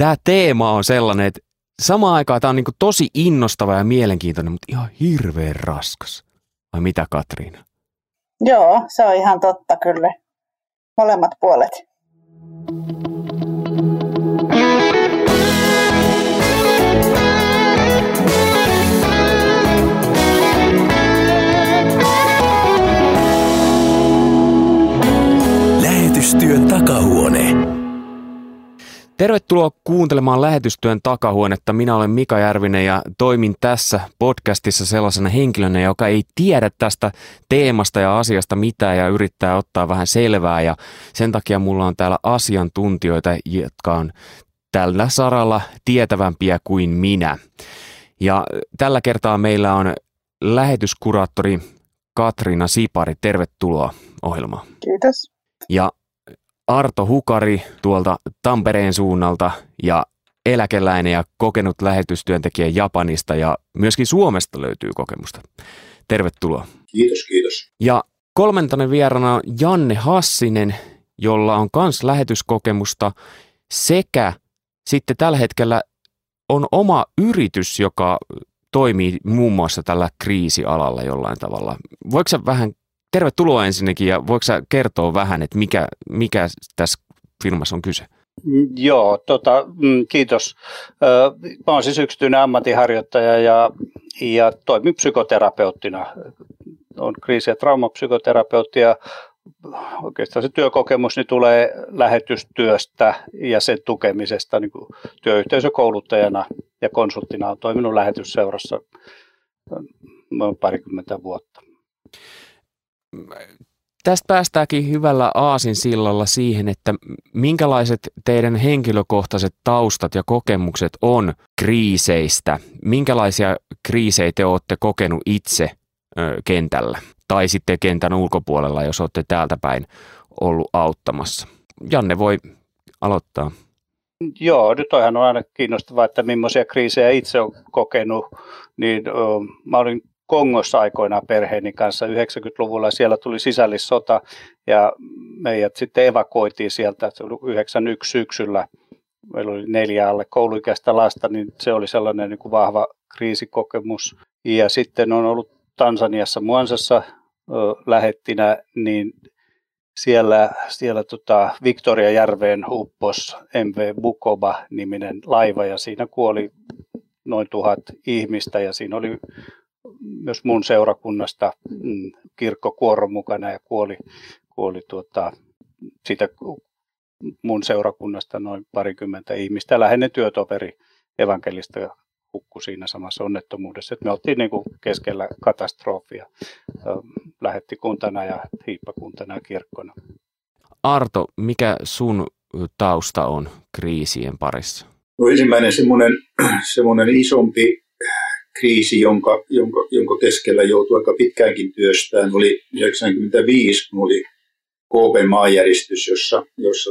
tämä teema on sellainen, että samaan aikaan tämä on niin kuin tosi innostava ja mielenkiintoinen, mutta ihan hirveän raskas. Vai mitä, Katriina? Joo, se on ihan totta kyllä. Molemmat puolet. Lähetystyön takahuone. Tervetuloa kuuntelemaan Lähetystyön takahuonetta. Minä olen Mika Järvinen ja toimin tässä podcastissa sellaisena henkilönä, joka ei tiedä tästä teemasta ja asiasta mitään ja yrittää ottaa vähän selvää. Ja sen takia mulla on täällä asiantuntijoita, jotka on tällä saralla tietävämpiä kuin minä. Ja tällä kertaa meillä on lähetyskuraattori Katriina Sipari. Tervetuloa ohjelmaan. Kiitos. Ja Arto Hukari tuolta Tampereen suunnalta ja eläkeläinen ja kokenut lähetystyöntekijä Japanista ja myöskin Suomesta löytyy kokemusta. Tervetuloa. Kiitos, kiitos. Ja kolmantena vieraana on Janne Hassinen, jolla on myös lähetyskokemusta sekä sitten tällä hetkellä on oma yritys, joka toimii muun muassa tällä kriisialalla jollain tavalla. Voiko sä vähän tervetuloa ensinnäkin ja voiko sä kertoa vähän, että mikä tässä firmassa on kyse? Joo, kiitos. Mä oon siis yksityinen ammatinharjoittaja ja toimin psykoterapeuttina. Olen kriisi- ja traumapsykoterapeutti ja oikeastaan se työkokemus niin tulee lähetystyöstä ja sen tukemisesta niin kuin työyhteisökouluttajana ja konsulttina. Olen toiminut lähetysseurassa noin parikymmentä vuotta. Tästä päästäänkin hyvällä aasinsillalla siihen, että minkälaiset teidän henkilökohtaiset taustat ja kokemukset on kriiseistä. Minkälaisia kriisejä te olette kokenut itse kentällä tai sitten kentän ulkopuolella, jos olette täältä päin ollut auttamassa. Janne voi aloittaa. Joo, nyt toihan on aina kiinnostavaa, että millaisia kriisejä itse olen kokenut. Niin, mä olin Kongossa aikoinaan perheeni kanssa 90-luvulla. Siellä tuli sisällissota ja meidät sitten evakuoitiin sieltä. Se oli 91 syksyllä. Meillä oli 4 alle kouluikäistä lasta, niin se oli sellainen niin kuin vahva kriisikokemus. Ja sitten on ollut Tansaniassa Mwanzassa lähettinä, niin siellä Victoriajärveen upposi MV Bukoba-niminen laiva ja siinä kuoli noin 1000 ihmistä ja siinä oli myös mun seurakunnasta kirkkokuoro mukana ja kuoli siitä mun seurakunnasta noin parikymmentä ihmistä. Läheinen työtoveri evankelista hukkui siinä samassa onnettomuudessa. Et me oltiin niin kuin keskellä katastrofia lähettikuntana ja hiippakuntana ja kirkkona. Arto, mikä sun tausta on kriisien parissa? No, ensimmäinen semmoinen isompi kriisi, jonka keskellä joutui aika pitkäänkin työstään, oli 1995, kun oli KP-maanjäristys, jossa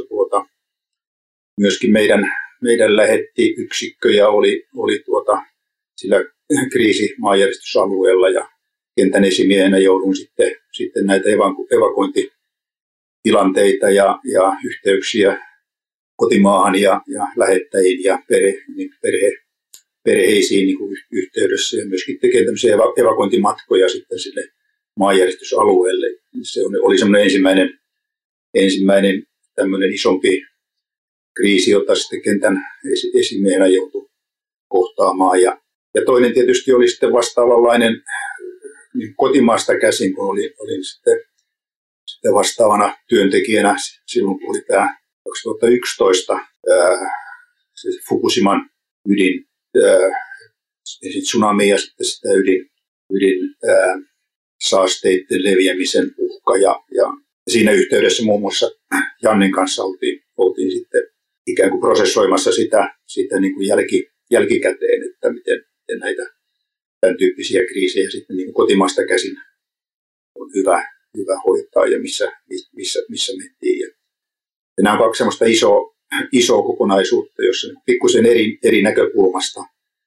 myöskin meidän lähettiyksikköjä oli sillä kriisimaanjäristysalueella ja kentän esimiehenä joudun sitten näitä evakuointitilanteita ja yhteyksiä kotimaahan ja lähettäjiin ja perheisiin niin kuin yhteydessä ja myöskin tekee tämmöisiä evakuointimatkoja sitten sille maanjäristysalueelle. Se oli semmoinen ensimmäinen tämmöinen isompi kriisi, jota sitten kentän esimiehenä joutui kohtaamaan. Ja toinen tietysti oli sitten vastaavanlainen niin kotimaasta käsin, kun olin sitten vastaavana työntekijänä silloin, kun oli tämä 2011 Fukushiman ydin tsunami ja sitten sitä ydin saasteiden leviämisen uhka. Ja siinä yhteydessä muun muassa Jannen kanssa oltiin sitten ikään kuin prosessoimassa sitä niin kuin jälkikäteen, että miten näitä tämän tyyppisiä kriisejä sitten niin kuin kotimaasta käsin on hyvä hoitaa ja missä mentiin. Ja nämä on 2 semmoista isoa kokonaisuutta, jossa pikkusen eri näkökulmasta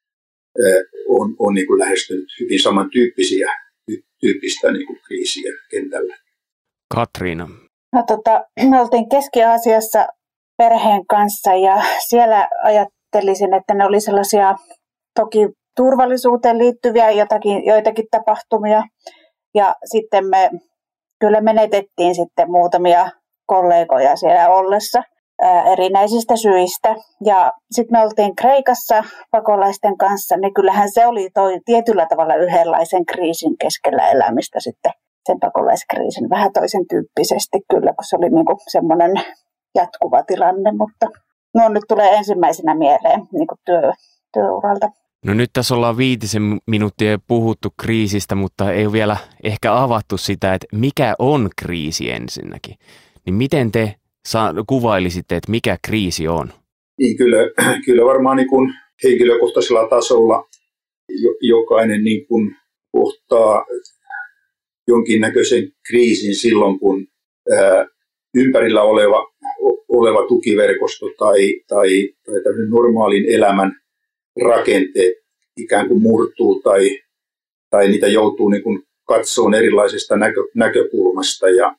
on niin kuin lähestynyt hyvin samantyyppistä niin kuin kriisiä kentällä. Katriina. No, me oltiin Keski-Aasiassa perheen kanssa ja siellä ajattelisin, että ne oli sellaisia toki turvallisuuteen liittyviä joitakin tapahtumia. Ja sitten me kyllä menetettiin sitten muutamia kollegoja siellä ollessa erinäisistä syistä. Ja sitten me oltiin Kreikassa pakolaisten kanssa, niin kyllähän se oli tietyllä tavalla yhdenlaisen kriisin keskellä elämistä sitten, sen pakolaiskriisin, vähän toisen tyyppisesti kyllä, kun se oli niinku semmoinen jatkuva tilanne, mutta nuo nyt tulee ensimmäisenä mieleen niinku työuralta. No nyt tässä ollaan 5 minuuttia puhuttu kriisistä, mutta ei ole vielä ehkä avattu sitä, että mikä on kriisi ensinnäkin. Niin miten te kuvailisitte, että mikä kriisi on? Niin kyllä varmaan niin kuin henkilökohtaisella tasolla jokainen niin kuin kohtaa jonkinnäköisen kriisin silloin, kun ympärillä oleva tukiverkosto tai normaalin elämän rakenteet ikään kuin murtuu tai niitä joutuu niin kuin katsomaan erilaisesta näkökulmasta ja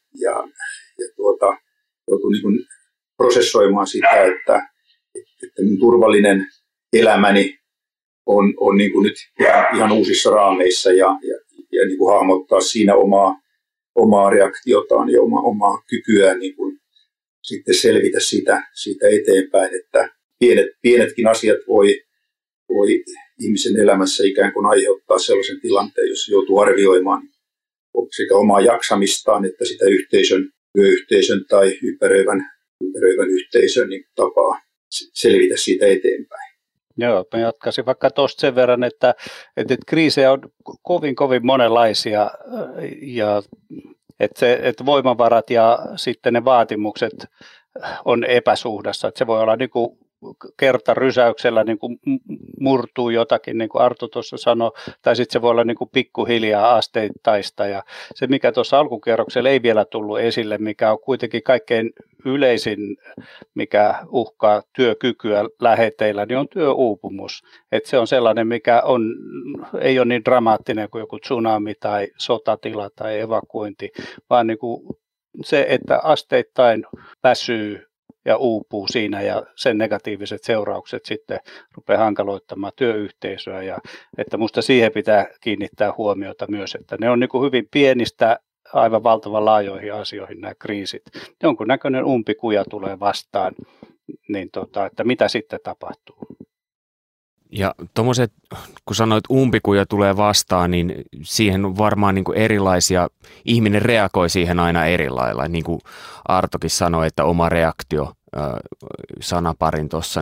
joutuu niin kuin prosessoimaan sitä, että turvallinen elämäni on niin kuin nyt ihan uusissa raameissa ja niin kuin hahmottaa siinä omaa reaktiotaan ja omaa kykyään niin kuin sitten selvitä siitä eteenpäin, että pienetkin asiat voi ihmisen elämässä ikään kuin aiheuttaa sellaisen tilanteen, jos joutuu arvioimaan sekä omaa jaksamistaan että sitä työyhteisön tai ympäröivän yhteisön niin tapaa selvitä siitä eteenpäin. Joo, mä jatkaisin vaikka tuosta sen verran, että kriisejä on kovin monenlaisia ja että voimavarat ja sitten ne vaatimukset on epäsuhdassa. Että se voi olla niin kuin kertarysäyksellä niin kuin murtuu jotakin, niin kuin Arto tuossa sanoi, tai sitten se voi olla niin kuin pikkuhiljaa asteittaista. Ja se, mikä tuossa alkukierroksella ei vielä tullut esille, mikä on kuitenkin kaikkein yleisin, mikä uhkaa työkykyä läheteillä, niin on työuupumus. Että se on sellainen, mikä ei ole niin dramaattinen kuin joku tsunami tai sotatila tai evakuointi, vaan niin kuin se, että asteittain väsyy ja uupuu siinä ja sen negatiiviset seuraukset sitten rupeaa hankaloittamaan työyhteisöä ja että musta siihen pitää kiinnittää huomiota myös, että ne on niin kuin hyvin pienistä aivan valtavan laajoihin asioihin nämä kriisit. Jonkun näköinen umpikuja tulee vastaan, niin että mitä sitten tapahtuu? Ja tuommoiset, kun sanoit umpikuja tulee vastaan, niin siihen on varmaan niin kuin erilaisia, ihminen reagoi siihen aina eri lailla. Niin kuin Artokin sanoi, että oma reaktio sanaparin tuossa,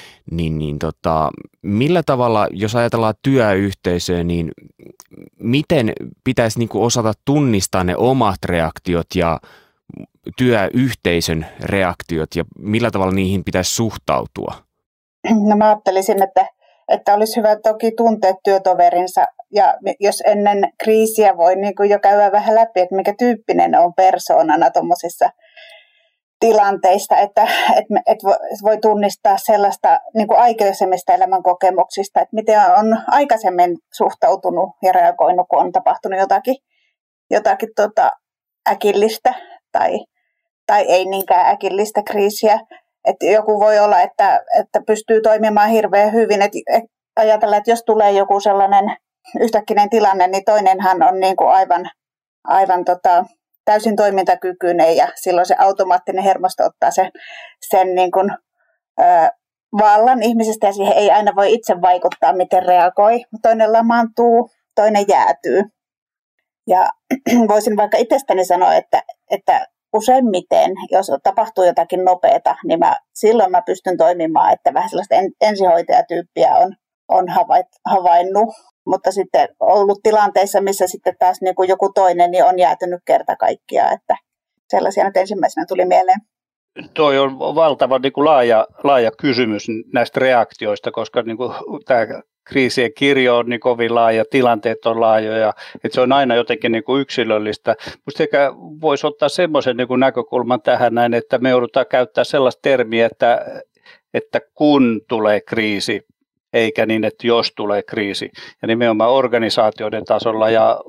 millä tavalla, jos ajatellaan työyhteisöä, niin miten pitäisi niin kuin osata tunnistaa ne omat reaktiot ja työyhteisön reaktiot ja millä tavalla niihin pitäisi suhtautua? No mä ajattelisin, että olisi hyvä toki tuntea työtoverinsa ja jos ennen kriisiä voi niin kuin jo käydä vähän läpi, että mikä tyyppinen on persoonana tuommoisissa tilanteista, että voi tunnistaa sellaista niin kuin aikaisemmista elämänkokemuksista, että miten on aikaisemmin suhtautunut ja reagoinut, kun on tapahtunut jotakin äkillistä tai ei niinkään äkillistä kriisiä. Että joku voi olla, että pystyy toimimaan hirveän hyvin, että ajatellaan, että jos tulee joku sellainen yhtäkkinen tilanne, niin toinenhan on niin kuin aivan täysin toimintakykyinen ja silloin se automaattinen hermosto ottaa sen niin kuin, vallan ihmisestä ja siihen ei aina voi itse vaikuttaa, miten reagoi. Toinen lamaantuu, toinen jäätyy. Ja voisin vaikka itsestäni sanoa, että useimmiten, jos tapahtuu jotakin nopeata, niin silloin mä pystyn toimimaan, että vähän sellaista ensihoitajatyyppiä on havainnut, mutta sitten ollut tilanteissa, missä sitten taas niin kuin joku toinen niin on jäätynyt kerta kaikkiaan, että sellaisia nyt ensimmäisenä tuli mieleen. Toi on valtavan niin kuin laaja kysymys näistä reaktioista, koska niin kuin tämä kriisien kirjo on niin kovin laaja, tilanteet on laajoja, että se on aina jotenkin niin kuin yksilöllistä. Musta ehkä voisi ottaa semmoisen niin kuin näkökulman tähän näin, että me joudutaan käyttää sellaista termiä, että kun tulee kriisi, eikä niin, että jos tulee kriisi. Ja nimenomaan organisaatioiden tasolla ja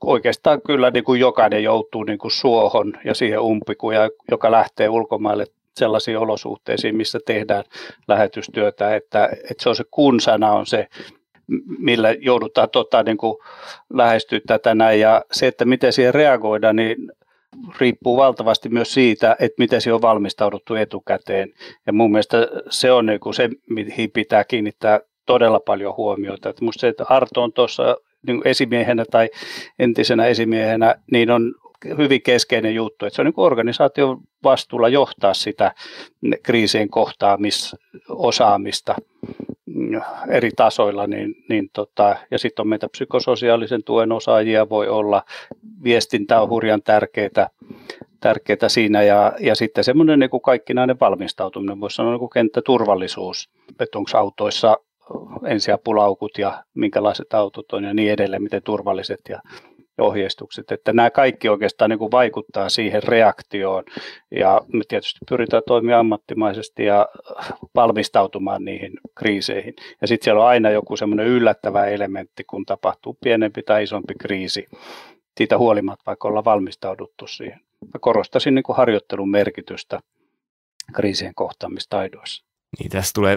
oikeastaan kyllä niin kuin jokainen joutuu niin kuin suohon ja siihen umpikuun, joka lähtee ulkomaille sellaisiin olosuhteisiin, missä tehdään lähetystyötä, että se on se kun-sana on se, millä joudutaan niin kuin lähestyä tätä näin, ja se, että miten siihen reagoidaan, niin riippuu valtavasti myös siitä, että miten siihen on valmistauduttu etukäteen, ja mun mielestä se on niin kuin se, mihin pitää kiinnittää todella paljon huomiota. Että musta se, että Arto on tuossa niin esimiehenä tai entisenä esimiehenä, niin on hyvin keskeinen juttu, että se on niin kuin organisaation vastuulla johtaa sitä kriisien kohtaamisosaamista eri tasoilla, ja sitten on meitä psykososiaalisen tuen osaajia voi olla, viestintä on hurjan tärkeää siinä, ja sitten semmoinen niin kuin kaikkinainen valmistautuminen, voisi sanoa niin kuin kenttäturvallisuus, että onko autoissa ensiapulaukut ja minkälaiset autot on ja niin edelleen, miten turvalliset ja ohjeistukset, että nämä kaikki oikeastaan niin kuin vaikuttaa siihen reaktioon, ja me tietysti pyritään toimia ammattimaisesti ja valmistautumaan niihin kriiseihin, ja sitten siellä on aina joku semmoinen yllättävä elementti, kun tapahtuu pienempi tai isompi kriisi, siitä huolimatta vaikka ollaan valmistauduttu siihen. Mä korostaisin niin kuin harjoittelun merkitystä kriisien kohtaamistaidoissa. Niin tässä tulee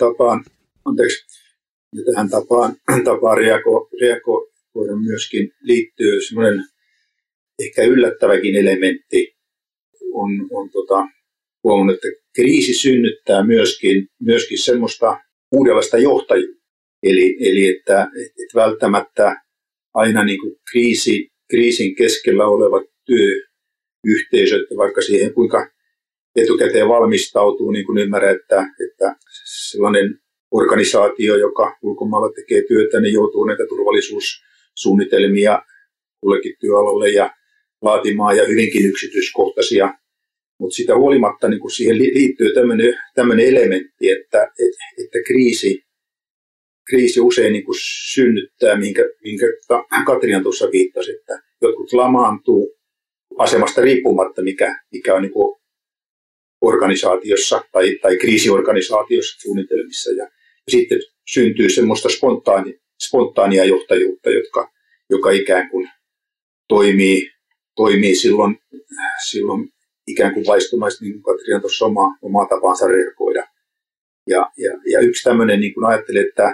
tähän tapaan reagoida myöskin liittyy semmoinen ehkä yllättäväkin elementti. On huomannut, että kriisi synnyttää myöskin semmoista uudenlaista johtajuutta. Eli että välttämättä aina niin kuin kriisin keskellä olevat työyhteisöt, vaikka siihen kuinka etukäteen valmistautuu, niin kuin ymmärrän, että sellainen organisaatio, joka ulkomailla tekee työtä, niin joutuu näitä turvallisuussuunnitelmia kullekin työalalle ja laatimaan ja hyvinkin yksityiskohtaisia. Mutta sitä huolimatta niin kun siihen liittyy tämmöinen elementti, että kriisi usein niin kun synnyttää, minkä Katriina tuossa viittasi, että jotkut lamaantuu asemasta riippumatta, mikä on niin kun organisaatiossa tai kriisiorganisaatiossa suunnitelmissa. Ja sitten syntyy semmoista spontaania johtajuutta, joka ikään kuin toimii silloin ikään kuin vaistumaisesti, niin kuin Katriina tuossa omaa tapaansa reagoida. Ja yksi tämmöinen, niin kuin ajattelin, että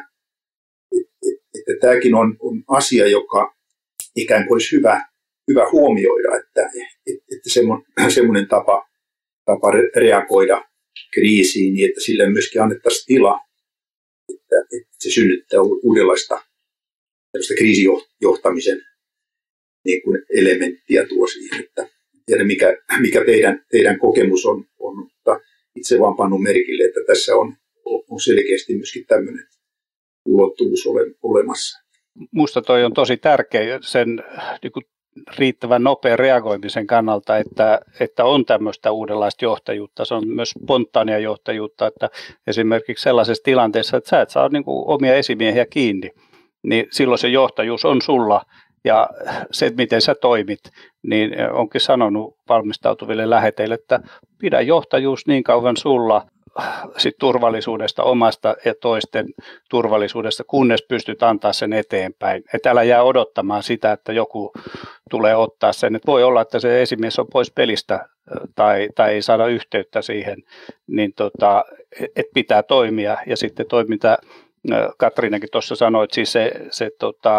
tämäkin on asia, joka ikään kuin olisi hyvä huomioida, että semmoinen tapa reagoida kriisiin, niin että sille myöskin annettaisiin tila, että se synnyttää uudenlaista kriisijohtamisen niin kuin elementtiä tuo siihen. Että tiedän, mikä teidän kokemus on, mutta itse vaan pannut merkille, että tässä on selkeästi myöskin tämmöinen ulottuvuus olemassa. Musta toi on tosi tärkeä sen niin kuin riittävän nopean reagoimisen kannalta, että on tämmöistä uudenlaista johtajuutta. Se on myös spontaania johtajuutta, että esimerkiksi sellaisessa tilanteessa, että sä et saa niin kuin omia esimiehiä kiinni, niin silloin se johtajuus on sulla, ja se, miten sä toimit, niin onkin sanonut valmistautuville läheteille, että pidä johtajuus niin kauan sulla sit turvallisuudesta omasta ja toisten turvallisuudesta, kunnes pystyt antaa sen eteenpäin. Että älä jää odottamaan sitä, että joku tulee ottaa sen. Et voi olla, että se esimies on pois pelistä tai ei saada yhteyttä siihen, niin et pitää toimia. Ja sitten toiminta, Katriinakin tuossa sanoi, että siis se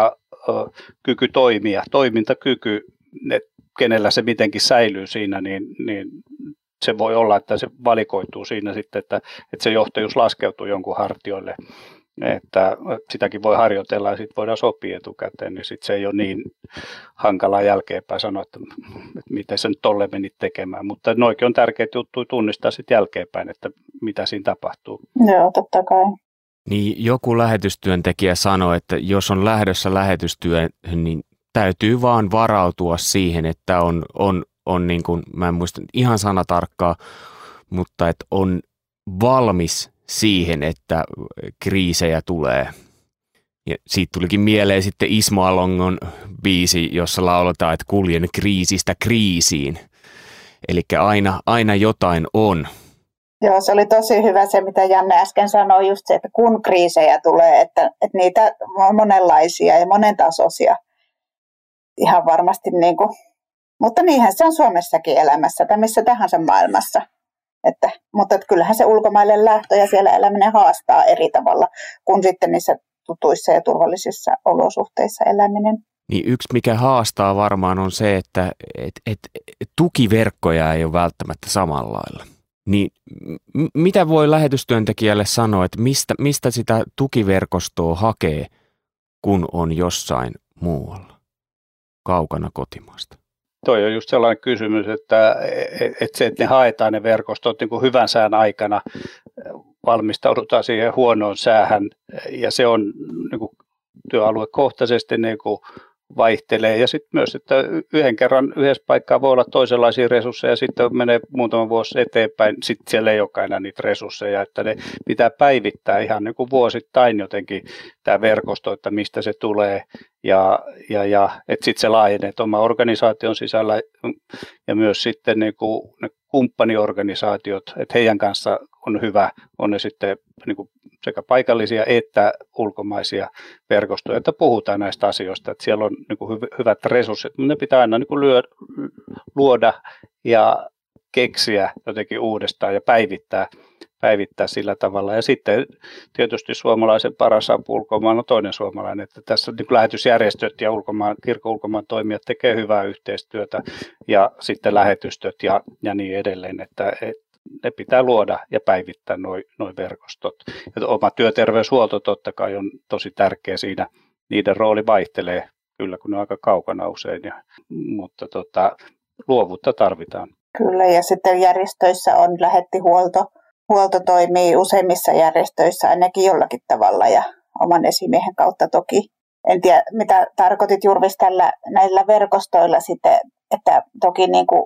kyky toimia, toimintakyky, että kenellä se mitenkin säilyy siinä, niin se voi olla, että se valikoituu siinä sitten, että se johtajuus laskeutuu jonkun hartioille, että sitäkin voi harjoitella ja sitten voidaan sopia etukäteen, niin sitten se ei ole niin hankalaa jälkeenpäin sanoa, että miten sen tolle menit tekemään, mutta noikin on tärkeitä juttuja tunnistaa sitten jälkeenpäin, että mitä siinä tapahtuu. Joo, totta kai. Niin joku lähetystyöntekijä sanoi, että jos on lähdössä lähetystyöhön, niin täytyy vaan varautua siihen, että on niin kuin, mä en muista ihan sanatarkkaa, mutta että on valmis siihen, että kriisejä tulee. Ja siitä tulikin mieleen sitten Ismo Alongon biisi, jossa lauletaan, että kuljen kriisistä kriisiin. Eli aina jotain on. Joo, se oli tosi hyvä se, mitä Janne äsken sanoi, just se, että kun kriisejä tulee, että niitä on monenlaisia ja monentasoisia ihan varmasti niin kuin. Mutta niinhän se on Suomessakin elämässä tai missä tahansa maailmassa. Mutta kyllähän se ulkomaille lähtö ja siellä eläminen haastaa eri tavalla kuin sitten niissä tutuissa ja turvallisissa olosuhteissa eläminen. Niin yksi, mikä haastaa varmaan on se, että tukiverkkoja ei ole välttämättä samalla lailla. Niin mitä voi lähetystyöntekijälle sanoa, että mistä sitä tukiverkostoa hakee, kun on jossain muualla, kaukana kotimaasta? Toi on just sellainen kysymys, että ne haetaan ne verkostot niin kuin hyvän sään aikana, valmistaudutaan siihen huonoon säähän ja se on niin kuin työaluekohtaisesti niin kuin vaihtelee ja sitten myös, että yhden kerran yhdessä paikkaa voi olla toisenlaisia resursseja ja sitten menee muutama vuosi eteenpäin, sitten siellä ei olekaan enää niitä resursseja, että ne pitää päivittää ihan niin kuin vuosittain jotenkin tämä verkosto, että mistä se tulee ja että sitten se laajenee oman organisaation sisällä ja myös sitten niin kuin ne kumppaniorganisaatiot, että heidän kanssa on hyvä, on ne sitten niin kuin sekä paikallisia että ulkomaisia verkostoja, että puhutaan näistä asioista, että siellä on niin kuin hyvät resurssit, mutta ne pitää aina niin kuin luoda ja keksiä jotenkin uudestaan ja päivittää sillä tavalla. Ja sitten tietysti suomalaisen paras apu ulkomaan on toinen suomalainen, että tässä niin kuin lähetysjärjestöt ja kirkon ulkomaan toimijat tekee hyvää yhteistyötä ja sitten lähetystöt ja niin edelleen, että ne pitää luoda ja päivittää noi verkostot. Ja oma työterveyshuolto totta kai on tosi tärkeä siinä. Niiden rooli vaihtelee kyllä, kun ne on aika kaukana usein, mutta luovuutta tarvitaan. Kyllä, ja sitten järjestöissä on lähettihuolto. Huolto toimii useimmissa järjestöissä ainakin jollakin tavalla ja oman esimiehen kautta toki. En tiedä, mitä tarkoitit Jurvis näillä verkostoilla sitten, että toki niin kuin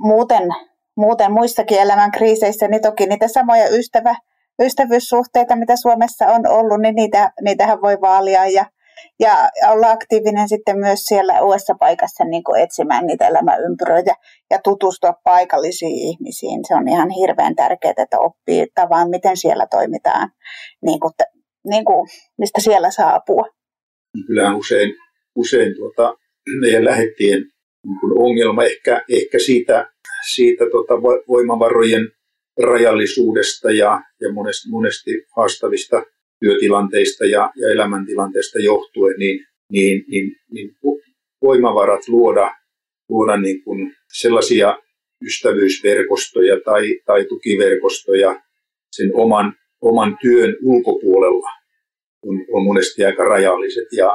muuten muissakin elämän kriiseissä, niin toki niitä samoja ystävyyssuhteita, mitä Suomessa on ollut, niin niitähän voi vaalia ja olla aktiivinen sitten myös siellä uudessa paikassa niin kuin etsimään niitä elämänympyröitä ja tutustua paikallisiin ihmisiin. Se on ihan hirveän tärkeää, että oppii tavan, miten siellä toimitaan, niin kuin, mistä siellä saa apua. Kyllähän usein meidän lähettien niin ongelma ehkä siitä voimavarojen rajallisuudesta ja monesti haastavista työtilanteista ja elämäntilanteista johtuen, niin voimavarat luoda niin kuin sellaisia ystävyysverkostoja tai tukiverkostoja sen oman työn ulkopuolella on monesti aika rajalliset ja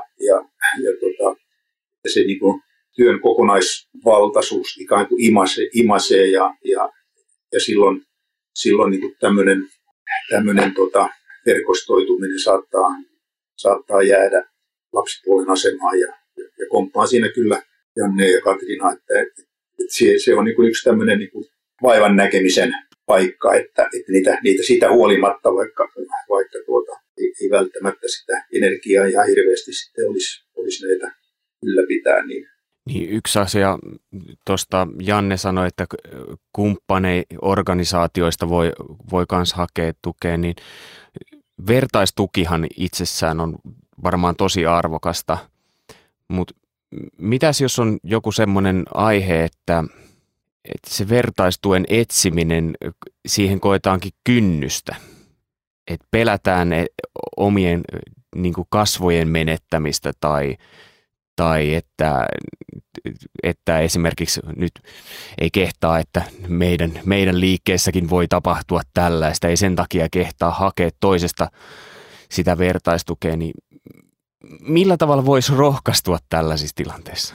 se niin kuin työn kokonaisvaltaisuus ikään kuin imasee ja silloin niin kuin tämmöinen verkostoituminen saattaa jäädä lapsipuolen asemaan ja komppaan siinä kyllä Janne ja Katriina, että se on niin kuin yksi tämmöinen niin kuin vaivan näkemisen paikka, että niitä siitä huolimatta, vaikka ei välttämättä sitä energiaa ihan hirveästi sitten olisi näitä ylläpitää. Niin yksi asia, tuosta Janne sanoi, että kumppaniorganisaatioista voi myös hakea tukea, niin vertaistukihan itsessään on varmaan tosi arvokasta, mutta mitäs jos on joku semmoinen aihe, että se vertaistuen etsiminen, siihen koetaankin kynnystä, että pelätään omien niin kuin kasvojen menettämistä tai että esimerkiksi nyt ei kehtaa, että meidän liikkeessäkin voi tapahtua tällaista, ei sen takia kehtaa hakea toisesta sitä vertaistukea, niin millä tavalla voisi rohkaistua tällaisissa tilanteissa?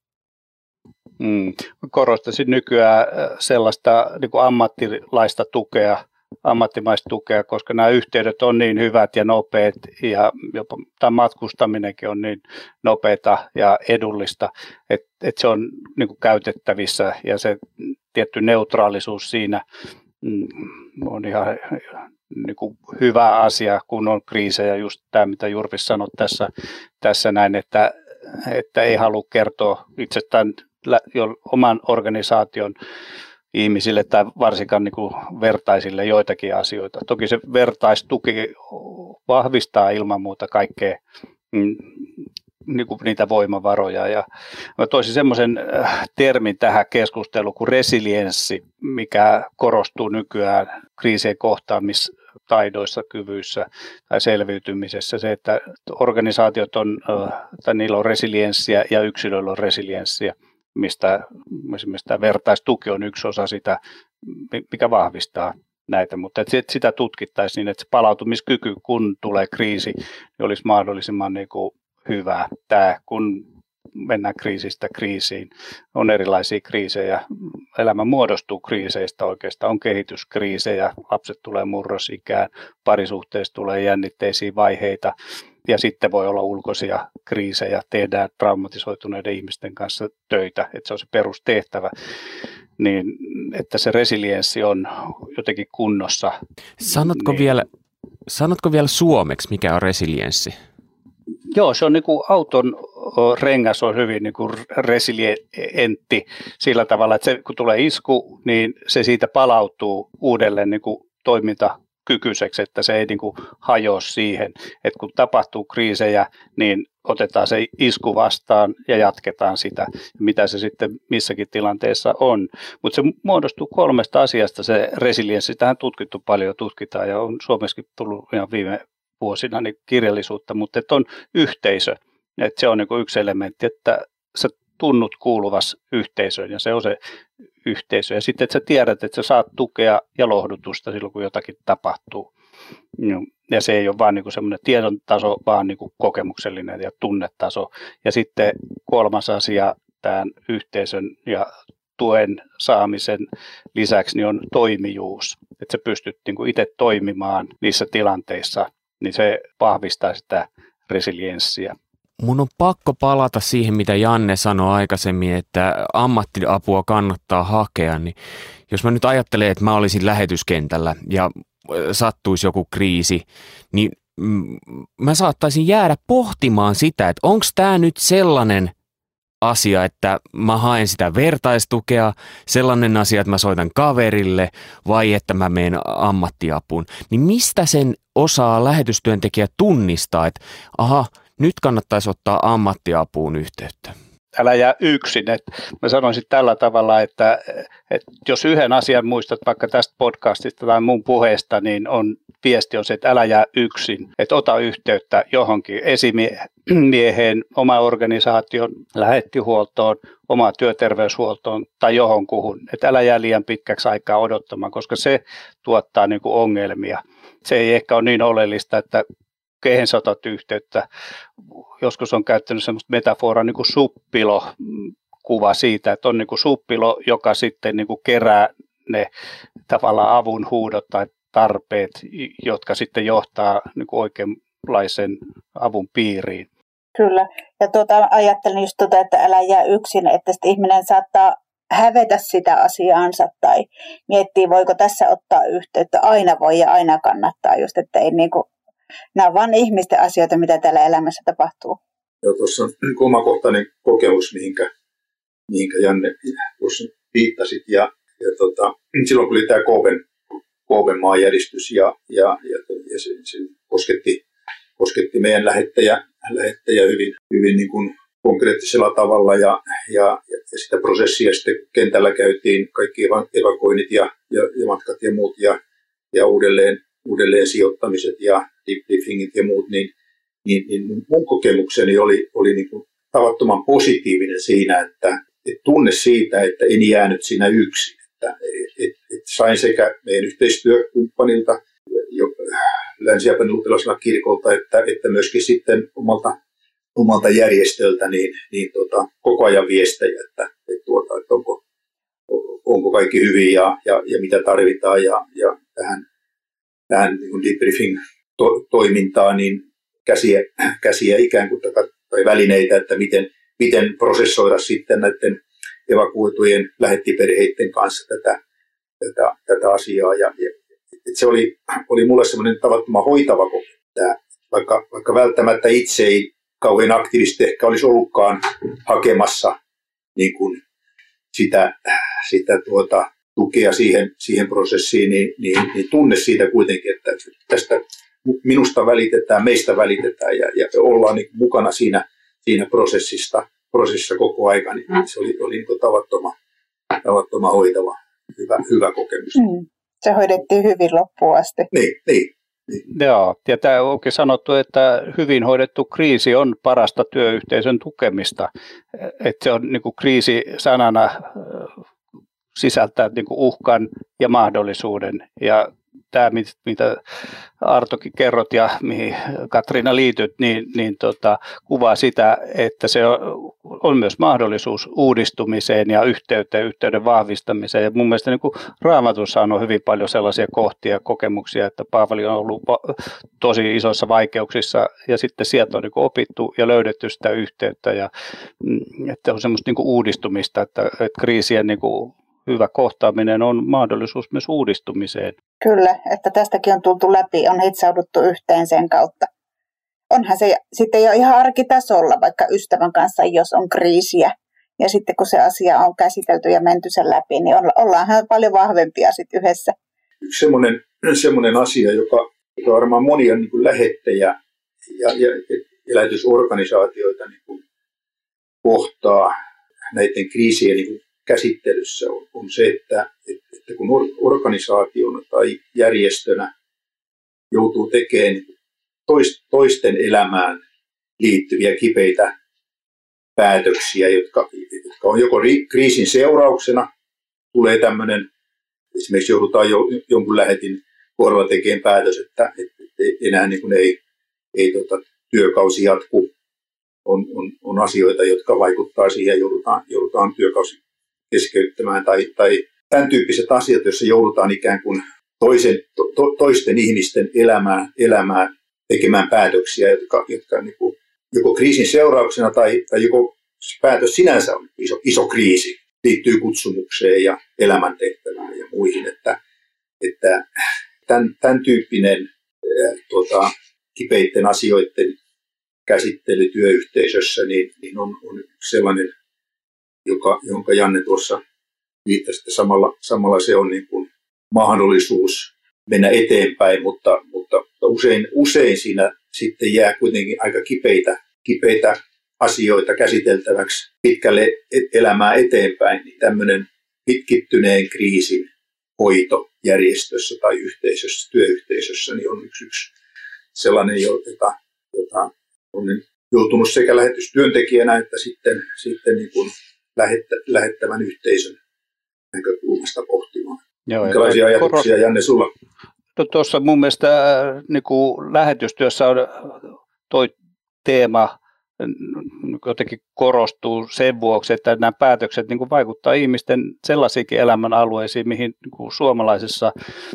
Korostaisin nykyään sellaista niin kuin ammattilaista tukea, ammattimaista tukea, koska nämä yhteydet on niin hyvät ja nopeat ja jopa tämä matkustaminenkin on niin nopeata ja edullista, että se on niin kuin käytettävissä ja se tietty neutraalisuus siinä on ihan niin kuin hyvä asia, kun on kriisejä, just tämä mitä Jurvis sanoi tässä näin, että ei halua kertoa itsestään oman organisaation ihmisille tai varsinkaan niin kuin vertaisille joitakin asioita. Toki se vertaistuki vahvistaa ilman muuta kaikkea niin kuin niitä voimavaroja. Ja mä toisin semmoisen termin tähän keskusteluun kuin resilienssi, mikä korostuu nykyään kriisien kohtaamistaidoissa, kyvyissä tai selviytymisessä. Se, että organisaatiot on, tai niillä on resilienssiä ja yksilöillä on resilienssiä, mistä esimerkiksi tämä vertaistuki on yksi osa sitä, mikä vahvistaa näitä, mutta että sitä tutkittaisiin niin, että se palautumiskyky, kun tulee kriisi, niin olisi mahdollisimman niin kuin hyvä. Tämä, kun mennään kriisistä kriisiin, on erilaisia kriisejä, elämä muodostuu kriiseistä oikeastaan, on kehityskriisejä, lapset tulee murrosikään, parisuhteessa tulee jännitteisiä vaiheita, ja sitten voi olla ulkoisia kriisejä, tehdään traumatisoituneiden ihmisten kanssa töitä, että se on se perustehtävä, niin että se resilienssi on jotenkin kunnossa. Sanotko vielä suomeksi, mikä on resilienssi? Joo, se on niin kuin auton rengas on hyvin niin kuin resilientti sillä tavalla, että se, kun tulee isku, niin se siitä palautuu uudelleen niin kuin toimintakykyiseksi, että se ei niin kuin hajoa siihen. Että kun tapahtuu kriisejä, niin otetaan se isku vastaan ja jatketaan sitä, mitä se sitten missäkin tilanteessa on. Mutta se muodostuu 3 asiasta, se resilienssi. Tähän tutkitaan ja on Suomessakin tullut ihan viime vuosina niin kirjallisuutta, mutta että on yhteisö. Että se on niin kuin yksi elementti, että sä tunnut kuuluvas yhteisöön ja se on se yhteisö. Ja sitten, että sä tiedät, että sä saat tukea ja lohdutusta silloin, kun jotakin tapahtuu. Ja se ei ole vaan niin semmoinen tiedon taso, vaan niin kuin kokemuksellinen ja tunnetaso. Ja sitten 3 asia tämän yhteisön ja tuen saamisen lisäksi niin on toimijuus. Että sä pystyt niin kuin itse toimimaan niissä tilanteissa, niin se vahvistaa sitä resilienssiä. Mun on pakko palata siihen, mitä Janne sanoi aikaisemmin, että ammattiapua kannattaa hakea. Niin jos mä nyt ajattelen, että mä olisin lähetyskentällä ja sattuisi joku kriisi, niin mä saattaisin jäädä pohtimaan sitä, että onko tämä nyt sellainen asia, että mä haen sitä vertaistukea, sellainen asia, että mä soitan kaverille vai että mä menen ammattiapuun. Niin mistä sen osaa lähetystyöntekijä tunnistaa, että aha, nyt kannattaisi ottaa ammattiapuun yhteyttä? Älä jää yksin. Mä sanoisin tällä tavalla, että jos yhden asian muistat vaikka tästä podcastista tai mun puheesta, niin viesti on se, että älä jää yksin. Että ota yhteyttä johonkin esimieheen, oma organisaation, lähettihuoltoon, omaa työterveyshuoltoon tai johonkuhun. Että älä jää liian pitkäksi aikaa odottamaan, koska se tuottaa niin kuin ongelmia. Se ei ehkä ole niin oleellista, että kehen sä otat yhteyttä. Joskus on käyttänyt semmoista metaforaa niin kuin suppilo-kuva siitä, että on niin kuin suppilo, joka sitten niin kuin kerää ne tavallaan avun huudot tai tarpeet, jotka sitten johtaa niin kuin oikeanlaisen avun piiriin. Kyllä, ja ajattelin just että älä jää yksin, että ihminen saattaa hävetä sitä asiaansa tai miettiä, voiko tässä ottaa yhteyttä. Aina voi ja aina kannattaa just, että ei niin kuin nämä on vain ihmisten asioita, mitä täällä elämässä tapahtuu. Ja tuossa on omakohtainen kokemus, mihinkä Janne tuossa viittasit. Ja silloin kun oli tämä Koopen maanjäristys ja se kosketti meidän lähettäjä hyvin niin kuin konkreettisella tavalla ja sitä prosessia sitten kentällä käytiin, kaikki evakuoinnit ja matkat ja muut ja uudelleen sijoittamiset ja debriefingit ja muut, niin mun kokemukseni oli niin kuin tavattoman positiivinen siinä, että tunne siitä, että en jäänyt siinä yksin. Että sain sekä meidän yhteistyökumppanilta, Länsi-Japanin luterilaisella kirkolta, että myöskin sitten omalta järjestöltä koko ajan viestejä, että onko kaikki hyvin ja mitä tarvitaan ja tähän niin debriefing-toimintaan niin käsiä ikään kuin tai välineitä, että miten prosessoida sitten näiden evakuoitujen lähettiperheiden kanssa tätä asiaa. Ja se oli mulle semmoinen tavattoman hoitava kokemus, että vaikka välttämättä itse ei kauhean aktiivisesti ehkä olisi ollutkaan hakemassa niin kuin sitä tukea siihen prosessiin, niin tunne siitä kuitenkin, että tästä minusta välitetään, meistä välitetään ja ollaan niin mukana siinä siinä prosessissa koko aika, niin se oli niin kuin tavattoman hoitava, hyvä kokemus. Se hoidettiin hyvin loppuun asti. Niin. Joo, ja tämä onkin sanottu, että hyvin hoidettu kriisi on parasta työyhteisön tukemista. Että se on niin kuin kriisi sanana sisältää niin kuin uhkan ja mahdollisuuden. Ja tämä, mitä Artokin kerrot ja mihin Katriina liityt, niin kuvaa sitä, että se on myös mahdollisuus uudistumiseen ja yhteyden vahvistamiseen. Ja mun mielestä niin kuin Raamatussa on hyvin paljon sellaisia kohtia ja kokemuksia, että Paavali on ollut tosi isoissa vaikeuksissa ja sitten sieltä on niin kuin opittu ja löydetty sitä yhteyttä ja että on semmoista niin kuin uudistumista, että kriisien niin kuin hyvä kohtaaminen on mahdollisuus myös uudistumiseen. Kyllä, että tästäkin on tultu läpi, on hitsauduttu yhteen sen kautta. Onhan se sitten jo ihan arkitasolla, vaikka ystävän kanssa, jos on kriisiä. Ja sitten kun se asia on käsitelty ja menty sen läpi, niin ollaanhan paljon vahvempia sitten yhdessä. Yksi semmoinen asia, joka varmaan monia niin kuin lähettäjä ja lähetysorganisaatioita niin kuin kohtaa näiden kriisien niin kuin käsittelyssä on se, että kun organisaationa tai järjestönä joutuu tekemään toisten elämään liittyviä kipeitä päätöksiä, jotka on joko kriisin seurauksena, tulee tämmöinen, esimerkiksi joudutaan jonkun lähetin kohdalla tekemään päätös, että enää niin kuin ei työkausi jatku, on asioita, jotka vaikuttaa siihen, joudutaan työkausi keskeyttämään tai tämän tyyppiset asiat, joissa joudutaan ikään kuin toisten ihmisten elämään tekemään päätöksiä, jotka niin kuin, joko kriisin seurauksena tai joko päätös sinänsä on iso kriisi, liittyy kutsumukseen ja elämäntehtävään ja muihin, että tämän tyyppinen kipeitten asioiden käsittely työyhteisössä niin on sellainen, jonka Janne tuossa viittasi, että samalla se on niin kuin mahdollisuus mennä eteenpäin, mutta usein siinä sitten jää kuitenkin aika kipeitä asioita käsiteltäväksi pitkälle elämää eteenpäin, niin tämmöinen pitkittyneen kriisin hoito järjestössä tai yhteisössä, työyhteisössä, niin on yksi sellainen, jota on joutunut sekä lähetystyöntekijänä että sitten niin kuin lähettävän yhteisön näkökulmasta pohtimaan. Joo, minkälaisia ajatuksia, Janne, sulla? No, tuossa mun mielestä niin kuin lähetystyössä on toi teema jotenkin korostuu sen vuoksi, että nämä päätökset niin kuin vaikuttaa ihmisten sellaisiinkin elämän alueisiin, mihin niin kuin suomalaisessa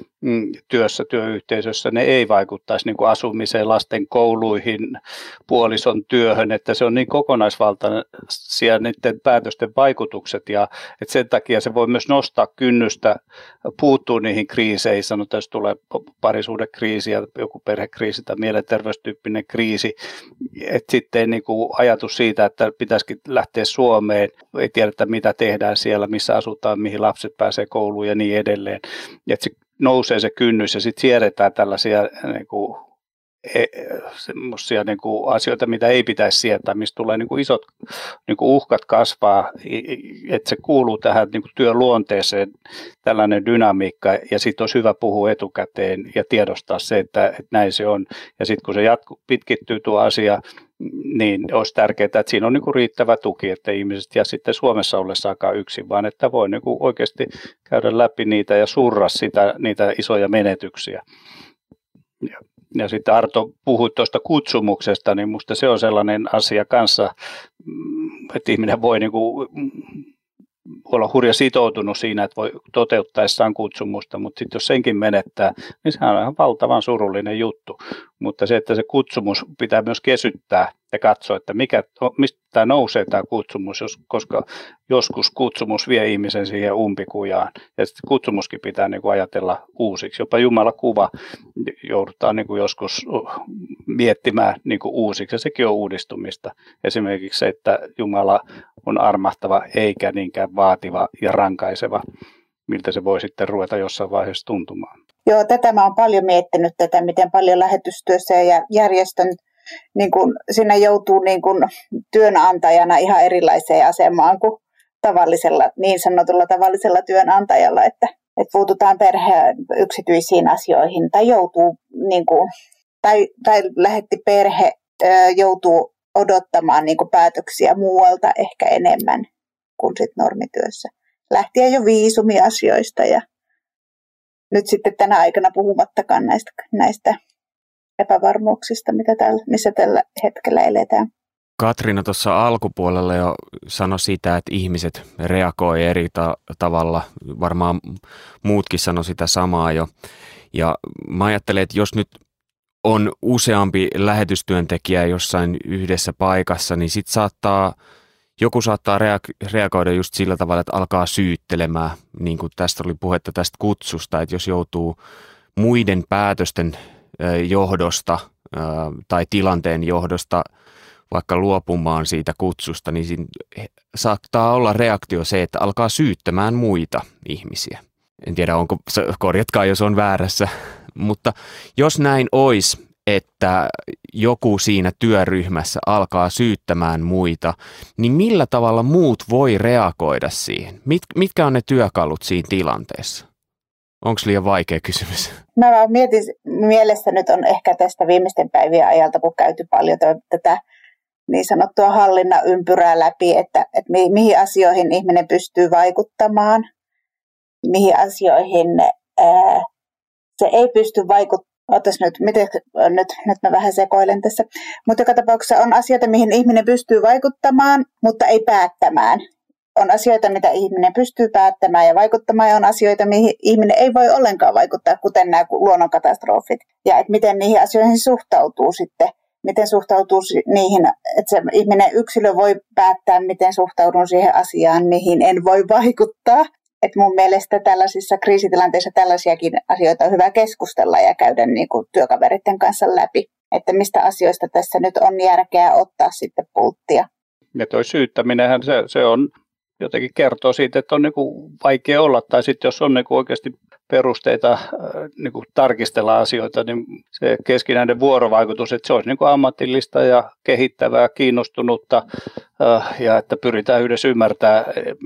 työyhteisössä ne ei vaikuttaisi niin kuin asumiseen, lasten kouluihin, puolison työhön, että se on niin kokonaisvaltaisia niiden päätösten vaikutukset ja että sen takia se voi myös nostaa kynnystä, puuttuu niihin kriiseihin, sanotaan, jos tulee parisuhdekriisi ja joku perhekriisi tai mielenterveystyyppinen kriisi, että sitten niin kuin ajatus siitä, että pitäisikin lähteä Suomeen, ei tiedetä mitä tehdään siellä, missä asutaan, mihin lapset pääsee kouluun ja niin edelleen, että se nousee se kynnys ja sitten siedetään tällaisia niin kuin, semmoisia niin kuin asioita, mitä ei pitäisi sietää, mistä tulee niin kuin isot niin kuin uhkat kasvaa, että se kuuluu tähän niin kuin työn luonteeseen tällainen dynamiikka ja sitten olisi hyvä puhua etukäteen ja tiedostaa se, että näin se on ja sitten kun se pitkittyy tuo asia, niin olisi tärkeää, että siinä on niin kuin riittävä tuki, että ihmiset ja sitten Suomessa ollessaakaan yksin, vaan että voi niin kuin oikeasti käydä läpi niitä ja surra niitä isoja menetyksiä. Ja sitten Arto puhui tuosta kutsumuksesta, niin minusta se on sellainen asia kanssa, että ihminen voi niin kuin olla hurja sitoutunut siinä, että voi toteuttaessaan kutsumusta, mutta sitten jos senkin menettää, niin se on ihan valtavan surullinen juttu. Mutta se, että se kutsumus pitää myös kesyttää ja katsoa, että mistä tämä nousee tämä kutsumus, koska joskus kutsumus vie ihmisen siihen umpikujaan. Ja sitten kutsumuskin pitää niin kuin ajatella uusiksi. Jopa Jumalan kuva joudutaan niin kuin joskus miettimään niin kuin uusiksi, ja sekin on uudistumista. Esimerkiksi se, että Jumala on armahtava eikä niinkään vaativa ja rankaiseva, miltä se voi sitten ruveta jossain vaiheessa tuntumaan. Joo, tätä mä oon paljon miettinyt, miten paljon lähetystyössä ja järjestön niin kuin, siinä joutuu niin kuin työnantajana ihan erilaiseen asemaan kuin niin sanotulla tavallisella työnantajalla, että puututaan perheen yksityisiin asioihin tai joutuu niin kuin, tai lähetti perhe joutuu odottamaan niin kuin päätöksiä muualta ehkä enemmän kuin sit normityössä. Lähtien jo viisumiasioista ja nyt sitten tänä aikana puhumattakaan näistä epävarmuuksista, missä tällä hetkellä eletään. Katriina tuossa alkupuolella jo sanoi sitä, että ihmiset reagoi eri tavalla. Varmaan muutkin sanoi sitä samaa jo. Ja mä ajattelen, että jos nyt on useampi lähetystyöntekijä jossain yhdessä paikassa, niin sit joku saattaa reagoida just sillä tavalla, että alkaa syyttelemään, niin kuin tästä oli puhetta tästä kutsusta, että jos joutuu muiden päätösten johdosta tai tilanteen johdosta vaikka luopumaan siitä kutsusta, niin siinä saattaa olla reaktio se, että alkaa syyttämään muita ihmisiä. En tiedä, korjatkaa jos on väärässä, mutta jos näin olisi, että joku siinä työryhmässä alkaa syyttämään muita, niin millä tavalla muut voi reagoida siihen? Mitkä on ne työkalut siinä tilanteessa? Onko liian vaikea kysymys? Mä vaan mietin, mielessä nyt on ehkä tästä viimeisten päivien ajalta, kun käyty paljon tätä niin sanottua hallinnan ympyrää läpi, että mihin asioihin ihminen pystyy vaikuttamaan, mihin asioihin se ei pysty vaikuttamaan. Nyt mä vähän sekoilen tässä. Mutta joka tapauksessa on asioita, mihin ihminen pystyy vaikuttamaan, mutta ei päättämään. On asioita, mitä ihminen pystyy päättämään ja vaikuttamaan, ja on asioita, mihin ihminen ei voi ollenkaan vaikuttaa, kuten nämä luonnonkatastrofit. Ja että miten niihin asioihin suhtautuu sitten. Miten suhtautuu niihin, että se ihminen yksilö voi päättää, miten suhtaudun siihen asiaan, mihin en voi vaikuttaa. Et mun mielestä tällaisissa kriisitilanteissa tällaisiakin asioita on hyvä keskustella ja käydä niin kuin työkaveritten kanssa läpi, että mistä asioista tässä nyt on järkeä ottaa sitten pulttia. Ja toi syyttäminenhän se on jotenkin kertoo siitä, että on niin kuin vaikea olla, tai sitten jos on niin kuin oikeasti perusteita niin kuin tarkistella asioita, niin se keskinäinen vuorovaikutus, että se olisi niin kuin ammatillista ja kehittävää, kiinnostunutta ja että pyritään yhdessä ymmärtämään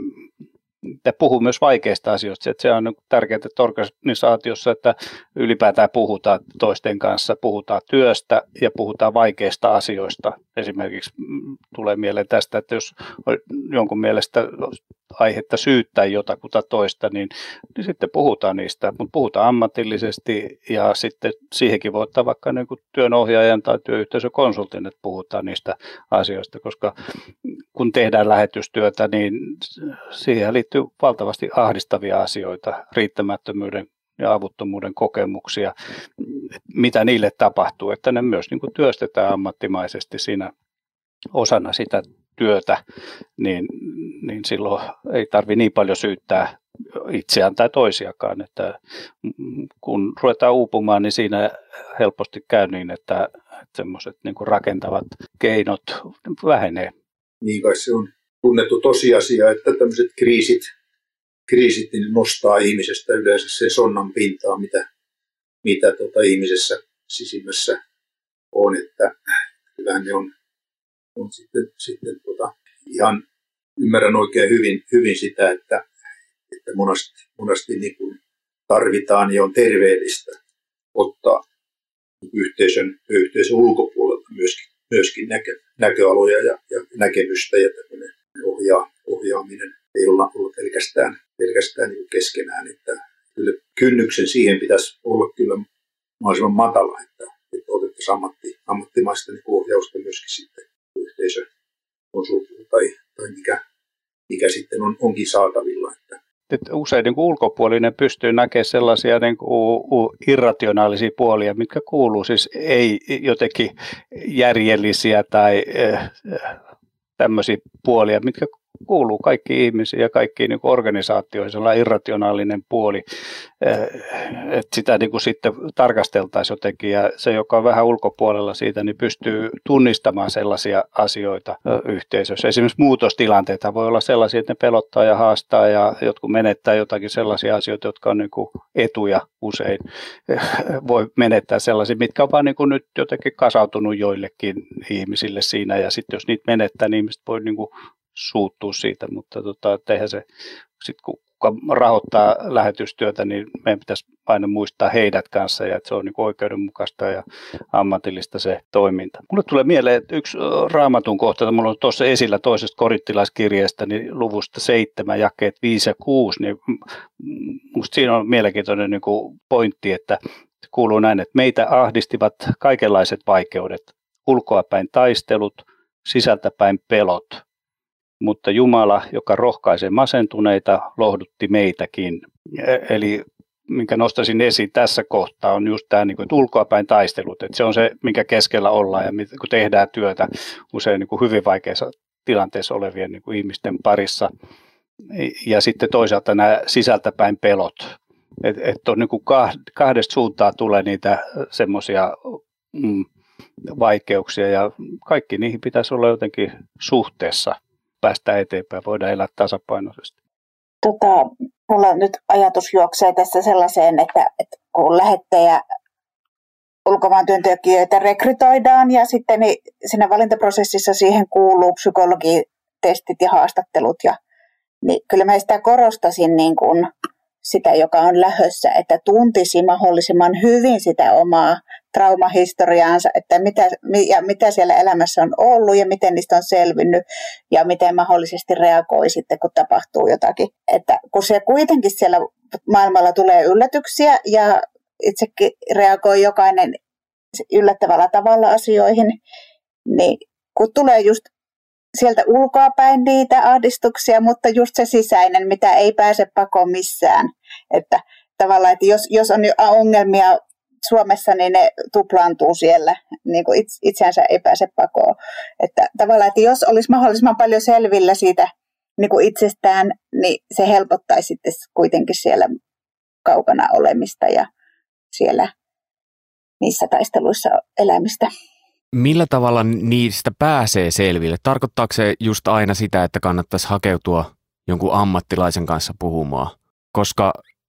ja puhuu myös vaikeista asioista. Että se on tärkeää, että organisaatiossa, että ylipäätään puhutaan toisten kanssa, puhutaan työstä ja puhutaan vaikeista asioista. Esimerkiksi tulee mieleen tästä, että jos on jonkun mielestä aihetta syyttää jotakuta toista, niin sitten puhutaan niistä, mutta puhutaan ammatillisesti ja sitten siihenkin voi ottaa vaikka niin kuin työnohjaajan tai työyhteisökonsultin, että puhutaan niistä asioista, koska kun tehdään lähetystyötä, niin siihen liittyy valtavasti ahdistavia asioita, riittämättömyyden ja avuttomuuden kokemuksia, mitä niille tapahtuu, että ne myös niin kuin työstetään ammattimaisesti siinä osana sitä työtä, niin silloin ei tarvitse niin paljon syyttää itseään tai toisiakaan, että kun ruvetaan uupumaan, niin siinä helposti käy niin, että semmoiset niin kuin rakentavat keinot vähenee. Niin kai se on tunnettu tosiasia, että tämmöiset kriisit niin nostaa ihmisestä yleensä sen sonnan pintaa, mitä ihmisessä sisimmässä on, että kyllähän ne on sitten ihan ymmärrän oikein hyvin sitä, että monasti niin kuin tarvitaan ja on terveellistä ottaa yhteisön ulkopuolelta myöskin näköaloja ja näkemystä ja tämmöinen ohjaaminen ei olla pelkästään niin keskenään, että kyllä kynnyksen siihen pitäisi olla kyllä mahdollisimman matala, että otettaisiin ammattimaista niin ohjausta myöskin sitten yhteisökonsultti tai mikä sitten onkin saatavilla. Usein niin kuin ulkopuolinen pystyy näkemään sellaisia niin kuin irrationaalisia puolia, mitkä kuuluu siis ei jotenkin järjellisiä tai tämmöisiä puolia, mitkä kuuluu kaikki ihmisiä ja kaikkiin niin organisaatioihin, sellainen irrationaalinen puoli, että sitä niin kuin sitten tarkasteltaisiin jotenkin, ja se, joka on vähän ulkopuolella siitä, niin pystyy tunnistamaan sellaisia asioita yhteisössä. Esimerkiksi muutostilanteita voi olla sellaisia, että ne pelottaa ja haastaa, ja jotkut menettää jotakin sellaisia asioita, jotka on niin kuin etuja usein. Voi menettää sellaisia, mitkä on vaan niin kuin nyt jotenkin kasautunut joillekin ihmisille siinä, ja sitten jos niitä menettää, niin ihmiset voi niin kuin suuttua siitä, mutta eihän se, sit kun rahoittaa lähetystyötä, niin meidän pitäisi aina muistaa heidät kanssa, ja että se on niin kuin oikeudenmukaista ja ammatillista se toiminta. Mulle tulee mieleen, että yksi Raamatun kohta, mulla on tuossa esillä toisesta korinttilaiskirjeestä, niin luvusta 7, jakeet 5 ja 6, niin musta siinä on mielenkiintoinen niin kuin pointti, että kuuluu näin, että meitä ahdistivat kaikenlaiset vaikeudet, ulkoapäin taistelut, sisältäpäin pelot, mutta Jumala, joka rohkaisee masentuneita, lohdutti meitäkin. Eli minkä nostaisin esiin tässä kohtaa on just tämä niin kuin, ulkoapäin taistelut, että se on se, minkä keskellä ollaan ja kun tehdään työtä usein niin kuin hyvin vaikeassa tilanteessa olevien niin kuin ihmisten parissa. Ja sitten toisaalta nämä sisältäpäin pelot, että on niin kuin kahdesta suuntaa tulee niitä semmoisia vaikeuksia ja kaikki niihin pitäisi olla jotenkin suhteessa. Päästään eteenpäin, voidaan elää tasapainoisesti. Mulla nyt ajatus juoksee tässä sellaiseen, että kun lähettäjä ulkomaan työntekijöitä rekrytoidaan ja sitten niin siinä valintaprosessissa siihen kuuluu psykologitestit ja haastattelut. Niin kyllä mä sitä korostasin niin kuin sitä, joka on lähdössä, että tuntisi mahdollisimman hyvin sitä omaa traumahistoriaansa, että mitä siellä elämässä on ollut ja miten niistä on selvinnyt ja miten mahdollisesti reagoi sitten, kun tapahtuu jotakin. Että kun se kuitenkin siellä maailmalla tulee yllätyksiä ja itsekin reagoi jokainen yllättävällä tavalla asioihin, niin kun tulee just sieltä ulkoapäin niitä ahdistuksia, mutta just se sisäinen, mitä ei pääse pakoon missään. Että tavallaan, että jos on ongelmia Suomessa, niin ne tuplaantuu siellä, niin kuin itseänsä ei pääse pakoon. Että tavallaan, että jos olisi mahdollisimman paljon selvillä siitä niin kuin itsestään, niin se helpottaisi sitten kuitenkin siellä kaukana olemista ja siellä niissä taisteluissa elämistä. Millä tavalla niistä pääsee selville? Tarkoittaako se just aina sitä, että kannattaisi hakeutua jonkun ammattilaisen kanssa puhumaan? Koska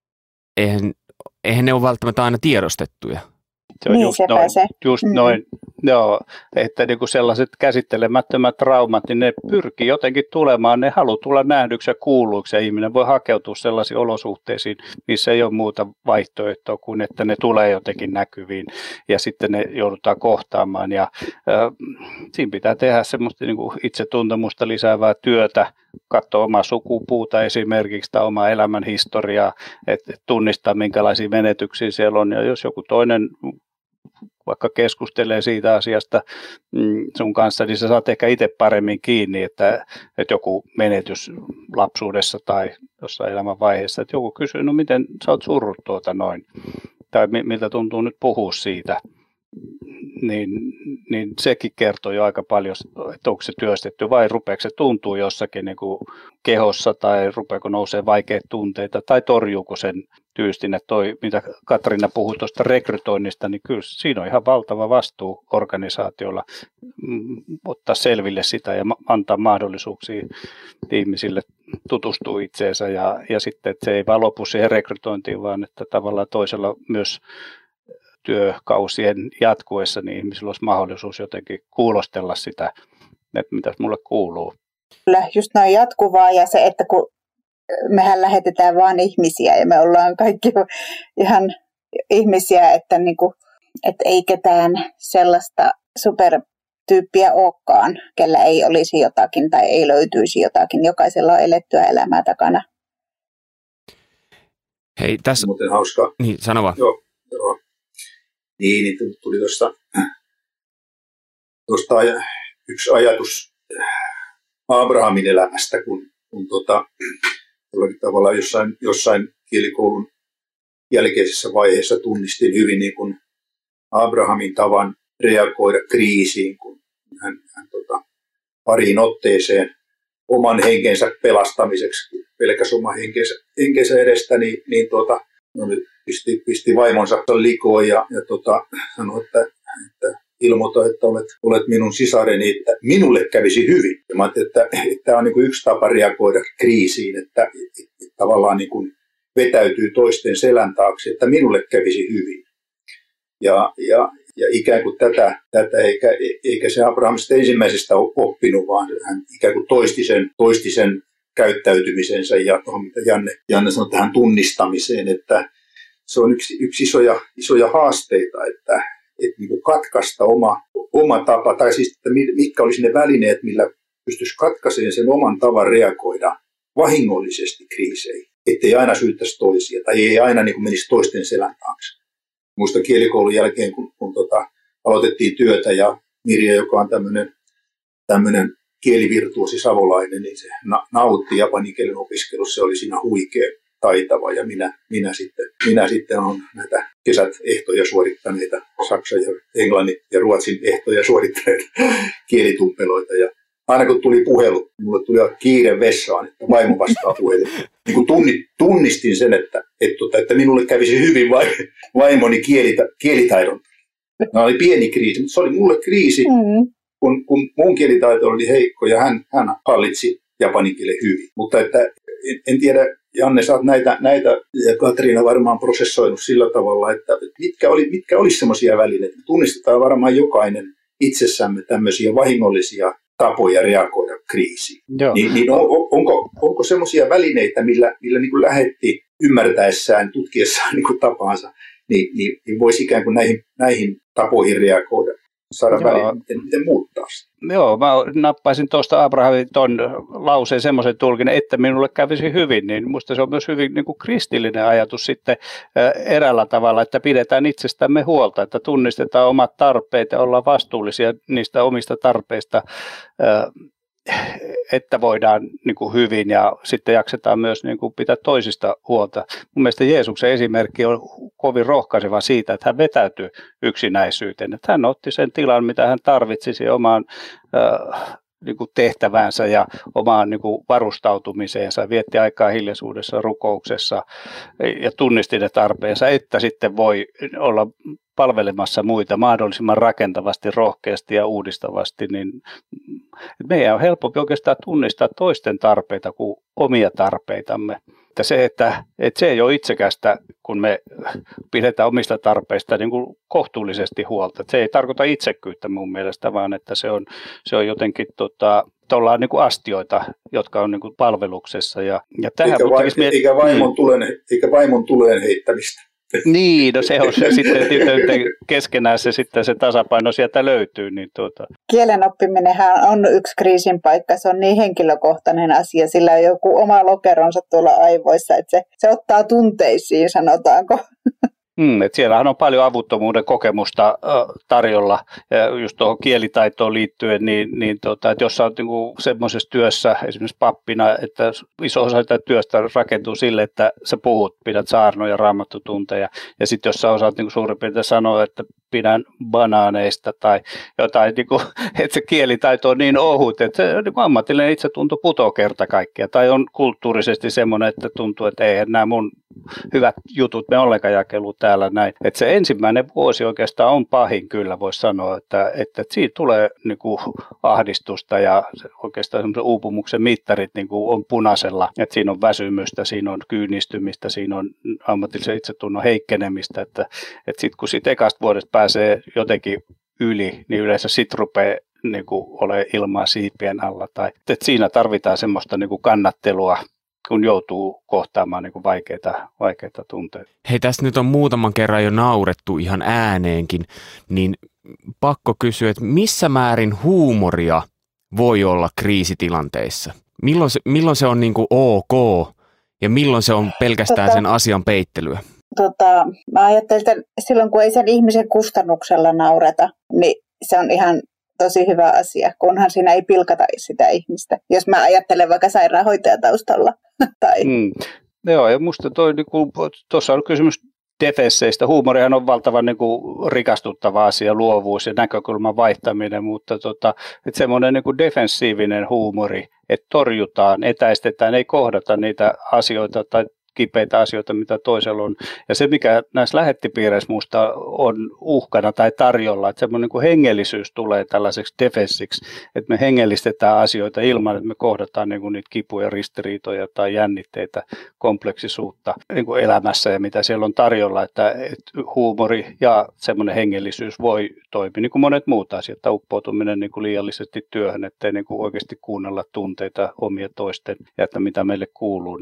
eihän ne ole välttämättä aina tiedostettuja. Se on just noin, joo, että niin kuin sellaiset käsittelemättömät traumat, niin ne pyrkii jotenkin tulemaan, ne haluaa tulla nähdyksi ja kuulluiksi, ja ihminen voi hakeutua sellaisiin olosuhteisiin, missä ei ole muuta vaihtoehtoa kuin, että ne tulee jotenkin näkyviin, ja sitten ne joudutaan kohtaamaan, ja siinä pitää tehdä semmoista niin kuin itsetuntemusta lisäävää työtä, katsoa omaa sukupuuta esimerkiksi tai omaa elämän historiaa, että tunnistaa minkälaisia menetyksiä siellä on, ja jos joku toinen vaikka keskustelee siitä asiasta sun kanssa, niin sä saat ehkä itse paremmin kiinni, että joku menetys lapsuudessa tai jossain elämän vaiheessa, että joku kysyy, no miten sä oot surrut noin, tai miltä tuntuu nyt puhua siitä, niin sekin kertoo jo aika paljon, että onko se työstetty vai rupeeko se tuntuu jossakin niin kuin kehossa tai rupeako nousee vaikeita tunteita tai torjuuko sen tyystin, että mitä Katriina puhui tuosta rekrytoinnista, niin kyllä siinä on ihan valtava vastuu organisaatiolla ottaa selville sitä ja antaa mahdollisuuksia ihmisille tutustua itseensä ja sitten, että se ei vaan lopu siihen rekrytointiin, vaan että tavallaan toisella myös työkausien jatkuessa, niin ihmisillä olisi mahdollisuus jotenkin kuulostella sitä, että mitä mulle kuuluu. Kyllä, just noin jatkuvaa ja se, että kun mehän lähetetään vain ihmisiä ja me ollaan kaikki ihan ihmisiä, että, niinku, että ei ketään sellaista supertyyppiä olekaan, kellä ei olisi jotakin tai ei löytyisi jotakin. Jokaisella on elettyä elämää takana. Hei, tässä... Muuten hauskaa. Niin, sano vaan. Joo. Niin tuli tuosta yksi ajatus Abrahamin elämästä, kun tavallaan jossain kielikoulun jälkeisessä vaiheessa tunnistin hyvin niin kuin Abrahamin tavan reagoida kriisiin, kun hän pariin otteeseen oman henkensä pelastamiseksi, pelkäs oman henkensä edestä, niin pisti vaimonsa likoon ja sanoi, että ilmoita, että olet minun sisareni, että minulle kävisi hyvin. Ja mä ajattelin, että tämä on niin kuin yksi tapa reagoida kriisiin, että tavallaan niin kuin vetäytyy toisten selän taakse, että minulle kävisi hyvin. Ja ikään kuin tätä eikä se Abraham sitä ensimmäisestä oppinut, vaan hän ikään kuin toisti sen käyttäytymisensä ja mitä Janne sanoi tähän tunnistamiseen, että se on yksi isoja haasteita, että niin kuin katkaista oma tapa, tai siis että mitkä olisi ne välineet, millä pystyisi katkaisemaan sen oman tavan reagoida vahingollisesti kriiseihin, ettei aina syyttäisi toisia tai ei aina niin kuin menisi toisten selän taakse. Muistan kielikoulun jälkeen, kun aloitettiin työtä ja Mirja, joka on tämmöinen kielivirtuosi savolainen, niin se nautti japanin kielen opiskelussa, se oli siinä huikea taitava ja minä sitten olen näitä kesät ehtoja suorittaneita, saksan ja englannin ja ruotsin ehtoja suorittaneita kielitumpeloita ja aina kun tuli puhelu, minulle tuli kiire vessaan, että vaimo vastaa puheluun. Niin kun tunnistin sen, että minulle kävisi hyvin vaimoni kielitaidon. Tämä oli pieni kriisi, mutta se oli mulle kriisi, kun mun kielitaito oli heikko ja hän hallitsi japanin kielen hyvin. Mutta että en tiedä, Janne, sä oot näitä ja Katriina varmaan prosessoinut sillä tavalla, että mitkä olisi semmoisia välineitä. Tunnistetaan varmaan jokainen itsessämme tämmöisiä vahingollisia tapoja reagoida kriisiin. Niin onko semmoisia välineitä, millä niin kuin lähetti ymmärtäessään, tutkiessaan niin kuin tapaansa, niin voisi ikään kuin näihin tapoihin reagoida, saada välineitä, miten muuttaa sitä? Joo, mä nappaisin tuosta Abrahamin ton lauseen semmoisen tulkinnan, että minulle kävisi hyvin, niin musta se on myös hyvin niin kuin kristillinen ajatus sitten eräällä tavalla, että pidetään itsestämme huolta, että tunnistetaan omat tarpeet ja ollaan vastuullisia niistä omista tarpeista, että voidaan niin kuin hyvin ja sitten jaksetaan myös niin kuin pitää toisista huolta. Mun mielestä Jeesuksen esimerkki on kovin rohkaiseva siitä, että hän vetäytyi yksinäisyyteen. Että hän otti sen tilan, mitä hän tarvitsisi omaan niin kuin tehtävänsä ja omaan niin kuin varustautumiseensa. Vietti aikaa hiljaisuudessa, rukouksessa ja tunnisti ne tarpeensa, että sitten voi olla palvelemassa muita mahdollisimman rakentavasti, rohkeasti ja uudistavasti, niin meidän on helpompi oikeastaan tunnistaa toisten tarpeita kuin omia tarpeitamme. Että se ei ole itsekästä, kun me pidetään omista tarpeista niin kuin kohtuullisesti huolta. Se ei tarkoita itsekkyyttä mun mielestä, vaan että se on jotenkin ollaan niin kuin astioita, jotka on niin kuin palveluksessa. Ja tähän eikä vaimon tuleen heittämistä. Niin, no se on se sitten keskenään se tasapaino sieltä löytyy. Niin Kielen oppiminenhan on yksi kriisin paikka, se on niin henkilökohtainen asia, sillä on joku oma lokeronsa tuolla aivoissa, että se ottaa tunteisiin, sanotaanko. Että siellähän on paljon avuttomuuden kokemusta tarjolla, ja just tuohon kielitaitoon liittyen, että jos sä oot niinku semmoisessa työssä, esimerkiksi pappina, että iso osa sitä työstä rakentuu sille, että sä puhut, pidät saarnoja, raamattutunteja, ja sitten jos sä osaat niinku suurin piirtein sanoa, että pidän banaaneista tai jotain, niinku, että se kielitaito on niin ohut, että se niinku ammatillinen itsetunto putoo kerta kaikkiaan, tai on kulttuurisesti semmoinen, että tuntuu, että eihän nämä mun hyvät jutut me ollenkaan jakelu täällä näin. Että se ensimmäinen vuosi oikeastaan on pahin kyllä, voisi sanoa, että siitä tulee niinku ahdistusta ja oikeastaan semmoisen uupumuksen mittarit niinku on punaisella. Että siinä on väsymystä, siinä on kyynistymistä, siinä on ammatillisen itsetunnon heikkenemistä. Että sitten kun siitä ekasta vuodesta pääsee jotenkin yli, niin yleensä sitten rupeaa niinku olemaan ilmaa siipien alla. Että siinä tarvitaan semmoista niinku kannattelua, kun joutuu kohtaamaan niin kuin vaikeita tunteita. Hei, tässä nyt on muutaman kerran jo naurettu ihan ääneenkin, niin pakko kysyä, että missä määrin huumoria voi olla kriisitilanteissa? Milloin se on niin kuin ok ja milloin se on pelkästään sen asian peittelyä? Mä ajattelin, että silloin kun ei sen ihmisen kustannuksella naureta, niin se on ihan tosi hyvä asia, kunhan siinä ei pilkata sitä ihmistä, jos mä ajattelen vaikka sairaanhoitajataustalla. Joo, ja musta tuossa on kysymys defensseistä. Huumorihan on valtavan niin kuin rikastuttava asia, luovuus ja näkökulman vaihtaminen, mutta että semmoinen niin kuin defensiivinen huumori, että torjutaan, etäistetään, ei kohdata niitä asioita tai kipeitä asioita, mitä toisella on. Ja se, mikä näissä lähettipiireissä minusta on uhkana tai tarjolla, että semmoinen niin kuin hengellisyys tulee tällaiseksi defenssiksi, että me hengellistetään asioita ilman, että me kohdataan niin kuin niitä kipuja, ristiriitoja tai jännitteitä, kompleksisuutta niin kuin elämässä ja mitä siellä on tarjolla, että huumori ja semmoinen hengellisyys voi toimia, niin kuin monet muut asiat, uppoutuminen niin kuin liiallisesti työhön, ettei niin kuin oikeasti kuunnella tunteita omia toisten ja että mitä meille kuuluu,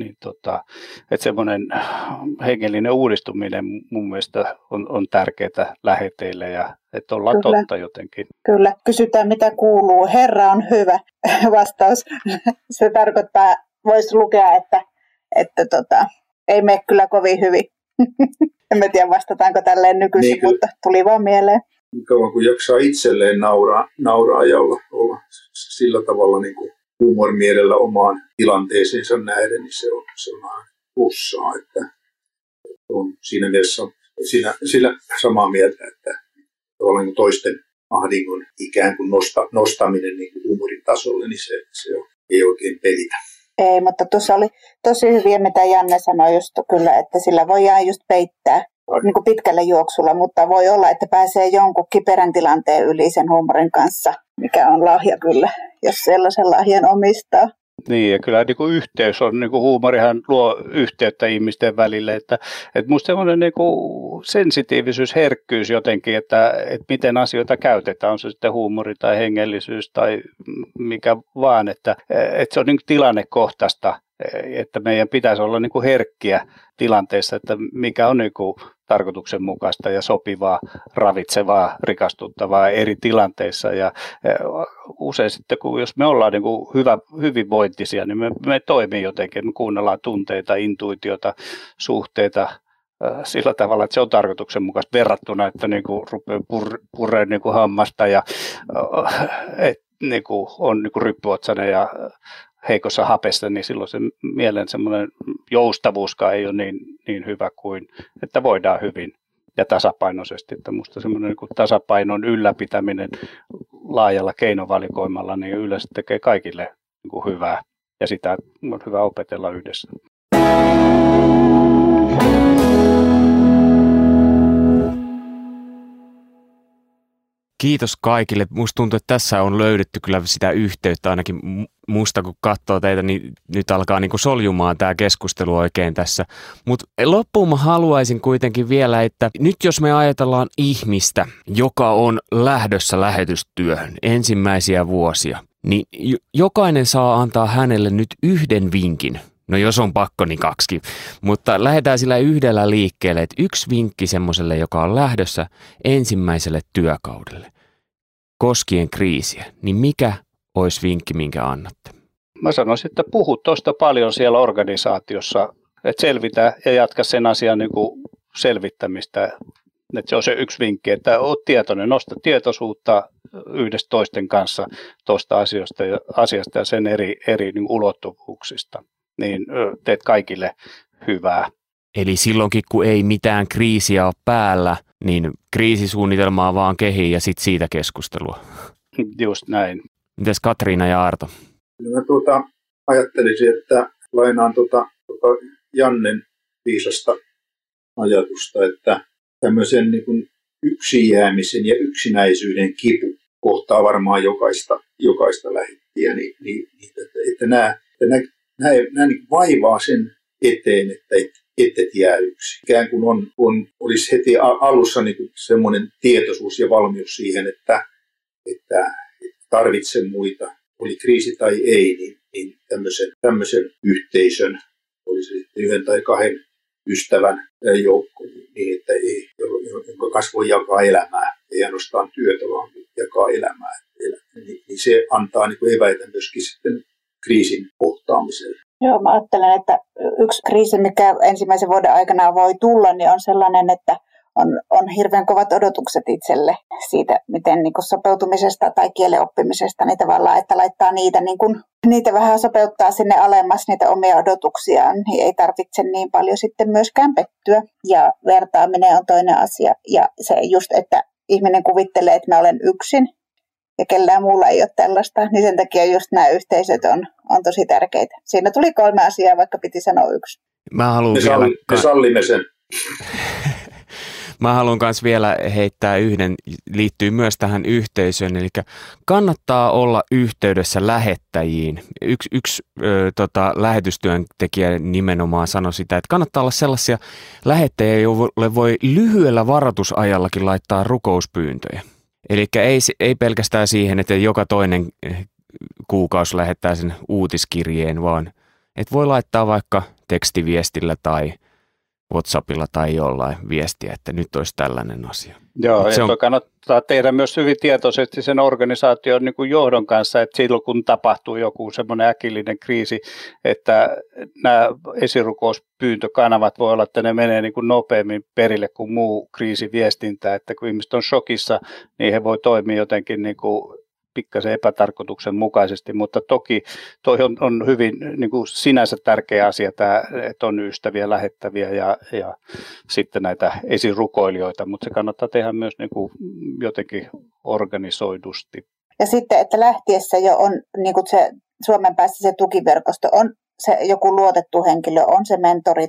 että semmoinen hengellinen uudistuminen mun mielestä on tärkeää läheteille ja että ollaan Kyllä. totta jotenkin. Kyllä. Kysytään, mitä kuuluu. Herra on hyvä vastaus. Se tarkoittaa, voisi lukea, että ei mene kyllä kovin hyvin. En tiedä, vastataanko tälleen nykyisin, niin, mutta tuli vaan mieleen. Kauan kun jaksaa itselleen nauraa ja olla sillä tavalla niin kuin huumorimielellä omaan tilanteeseensa nähden, niin se on vähän plussaa, että on siinä mielessä sillä samaa mieltä, että niin toisten ahdingon ikään kuin nostaminen niin kuin huumorin tasolle, niin se ei oikein pelitä. Ei, mutta tuossa oli tosi hyviä, mitä Janne sanoi just kyllä, että sillä voidaan just peittää niin kuin pitkällä juoksulla, mutta voi olla, että pääsee jonkun kiperän tilanteen yli sen huumorin kanssa, mikä on lahja kyllä, jos sellaisen lahjan omistaa. Niin, ja kyllä niin kuin yhteys on, niin kuin huumorihan luo yhteyttä ihmisten välille, että musta semmoinen niin kuin sensitiivisyys, herkkyys jotenkin, että miten asioita käytetään, on se sitten huumori tai hengellisyys tai mikä vaan, että se on niin kuin tilannekohtaista, että meidän pitäisi olla niin kuin herkkiä tilanteessa, että mikä on niin kuin tarkoituksenmukaista ja sopivaa, ravitsevaa, rikastuttavaa eri tilanteissa. Ja usein sitten, jos me ollaan niin kuin hyvinvointisia, niin me toimii jotenkin, me kuunnellaan tunteita, intuitiota, suhteita sillä tavalla, että se on tarkoituksenmukaista verrattuna, että niin kuin rupeaa pureen niin kuin hammasta ja niin kuin on niin kuin ryppyotsainen ja heikossa hapessa, niin silloin se mielen semmoinen joustavuuskaan ei ole niin hyvä kuin, että voidaan hyvin ja tasapainoisesti. Että musta semmoinen niin kuin tasapainon ylläpitäminen laajalla keinovalikoimalla niin yleensä tekee kaikille niin kuin hyvää ja sitä on hyvä opetella yhdessä. Kiitos kaikille. Musta tuntuu, että tässä on löydetty kyllä sitä yhteyttä ainakin musta, kun katsoo teitä, niin nyt alkaa niin kuin soljumaan tämä keskustelu oikein tässä. Mutta loppuun mä haluaisin kuitenkin vielä, että nyt jos me ajatellaan ihmistä, joka on lähdössä lähetystyöhön ensimmäisiä vuosia, niin jokainen saa antaa hänelle nyt yhden vinkin. No jos on pakko, niin 2. Mutta lähdetään sillä yhdellä liikkeelle, että 1 vinkki semmoiselle, joka on lähdössä ensimmäiselle työkaudelle koskien kriisiä. Niin mikä olisi vinkki, minkä annatte? Mä sanoisin, että puhu tuosta paljon siellä organisaatiossa, että selvitä ja jatka sen asian niin kuin selvittämistä. Että se on se 1 vinkki, että oot tietoinen, nosta tietoisuutta yhdessä toisten kanssa tuosta asiasta ja sen eri niin ulottuvuuksista. Niin teet kaikille hyvää. Eli silloinkin, kun ei mitään kriisiä ole päällä, niin kriisisuunnitelmaa vaan kehiin ja sitten siitä keskustelua. Just näin. Mites Katriina ja Arto? Mä ajattelisin, että lainaan Jannen viisasta ajatusta, että tämmöisen niin kuin yksin jäämisen ja yksinäisyyden kipu kohtaa varmaan jokaista lähettiä, että nämä niin vaivaa sen eteen, että et jää yksin. Ikään kuin olisi heti alussa niin kuin semmoinen tietoisuus ja valmius siihen, että tarvitsen muita, oli kriisi tai ei, niin tämmöisen yhteisön, olisi sitten 1 tai 2 ystävän joukko, niin että jonka kanssa voi jakaa elämää, ei ainoastaan työtä, vaan jakaa elämää. Niin se antaa niin kuin eväitä myöskin sitten kriisin kohtaamiselle. Joo, mä ajattelen, että 1 kriisi, mikä ensimmäisen vuoden aikana voi tulla, niin on sellainen, että on hirveän kovat odotukset itselle siitä, miten niin kuin sopeutumisesta tai kielen oppimisesta, niin tavallaan, että laittaa niitä vähän sopeuttaa sinne alemmas, niitä omia odotuksiaan, niin ei tarvitse niin paljon sitten myöskään pettyä. Ja vertaaminen on toinen asia. Ja se just, että ihminen kuvittelee, että mä olen yksin ja kellään muulla ei ole tällaista, niin sen takia just nämä yhteisöt on tosi tärkeitä. Siinä tuli 3 asiaa, vaikka piti sanoa 1. Me sallimme sen. Mä haluan myös vielä heittää yhden, liittyy myös tähän yhteisöön, eli kannattaa olla yhteydessä lähettäjiin. Yksi lähetystyöntekijä nimenomaan sanoi sitä, että kannattaa olla sellaisia lähettäjiä, joille voi lyhyellä varoitusajallakin laittaa rukouspyyntöjä. Eli ei pelkästään siihen, että joka toinen kuukausi lähettää sen uutiskirjeen, vaan että voi laittaa vaikka tekstiviestillä tai WhatsAppilla tai jollain viestiä, että nyt olisi tällainen asia. Joo, ja kannattaa tehdä myös hyvin tietoisesti sen organisaation niin kuin johdon kanssa, että silloin kun tapahtuu joku semmoinen äkillinen kriisi, että nämä esirukouspyyntökanavat voi olla, että ne menee niin kuin nopeammin perille kuin muu kriisiviestintä, että kun ihmiset on shokissa, niin he voi toimia jotenkin niin kuin pikkasen epätarkoituksenmukaisesti, mutta toki toi on hyvin niin kuin sinänsä tärkeä asia, tämä, että on ystäviä lähettäviä ja sitten näitä esirukoilijoita, mutta se kannattaa tehdä myös niin kuin jotenkin organisoidusti. Ja sitten, että lähtiessä jo on niin kuin se Suomen päässä se tukiverkosto, on se joku luotettu henkilö, on se mentori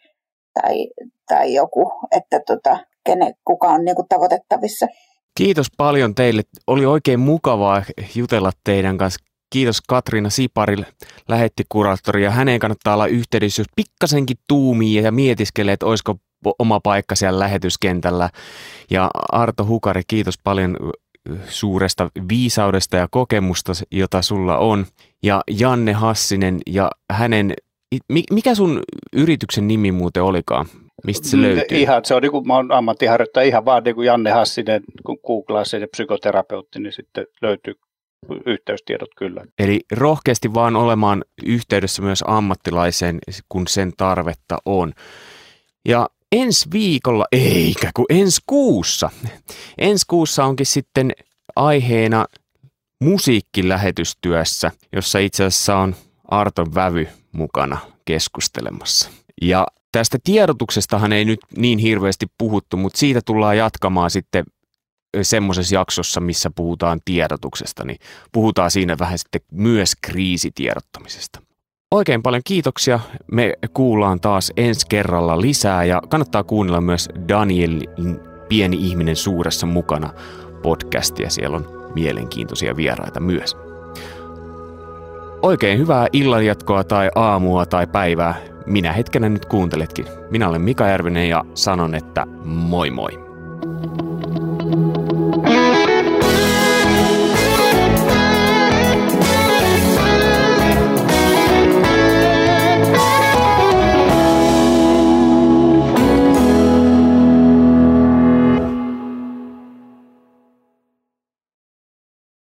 tai joku, että kuka on niin kuin tavoitettavissa. Kiitos paljon teille. Oli oikein mukavaa jutella teidän kanssa. Kiitos Katriina Siparille, lähettikuraattori, ja häneen kannattaa olla yhteydessä, jos pikkasenkin tuumii ja mietiskelee, että olisiko oma paikka siellä lähetyskentällä. Ja Arto Hukari, kiitos paljon suuresta viisaudesta ja kokemusta, jota sulla on. Ja Janne Hassinen ja hänen, mikä sun yrityksen nimi muuten olikaan? Mistä se löytyy? Ihan, se on niin kuin, mä oon ammattiharjoittaja ihan vaan niin kuin Janne Hassinen, kun googlaa sen ja psykoterapeutti, niin sitten löytyy yhteystiedot kyllä. Eli rohkeasti vaan olemaan yhteydessä myös ammattilaiseen, kun sen tarvetta on. Ja ensi viikolla, eikä kun ensi kuussa. Ensi kuussa onkin sitten aiheena musiikkilähetystyössä, jossa itse asiassa on Arton Vävy mukana keskustelemassa. Ja tästä tiedotuksestahan ei nyt niin hirveästi puhuttu, mutta siitä tullaan jatkamaan sitten semmoisessa jaksossa, missä puhutaan tiedotuksesta, niin puhutaan siinä vähän sitten myös kriisitiedottamisesta. Oikein paljon kiitoksia. Me kuullaan taas ensi kerralla lisää ja kannattaa kuunnella myös Danielin Pieni ihminen suuressa mukana podcastia. Siellä on mielenkiintoisia vieraita myös. Oikein hyvää illanjatkoa tai aamua tai päivää. Minä hetkenä nyt kuunteletkin. Minä olen Mika Järvinen ja sanon, että moi moi.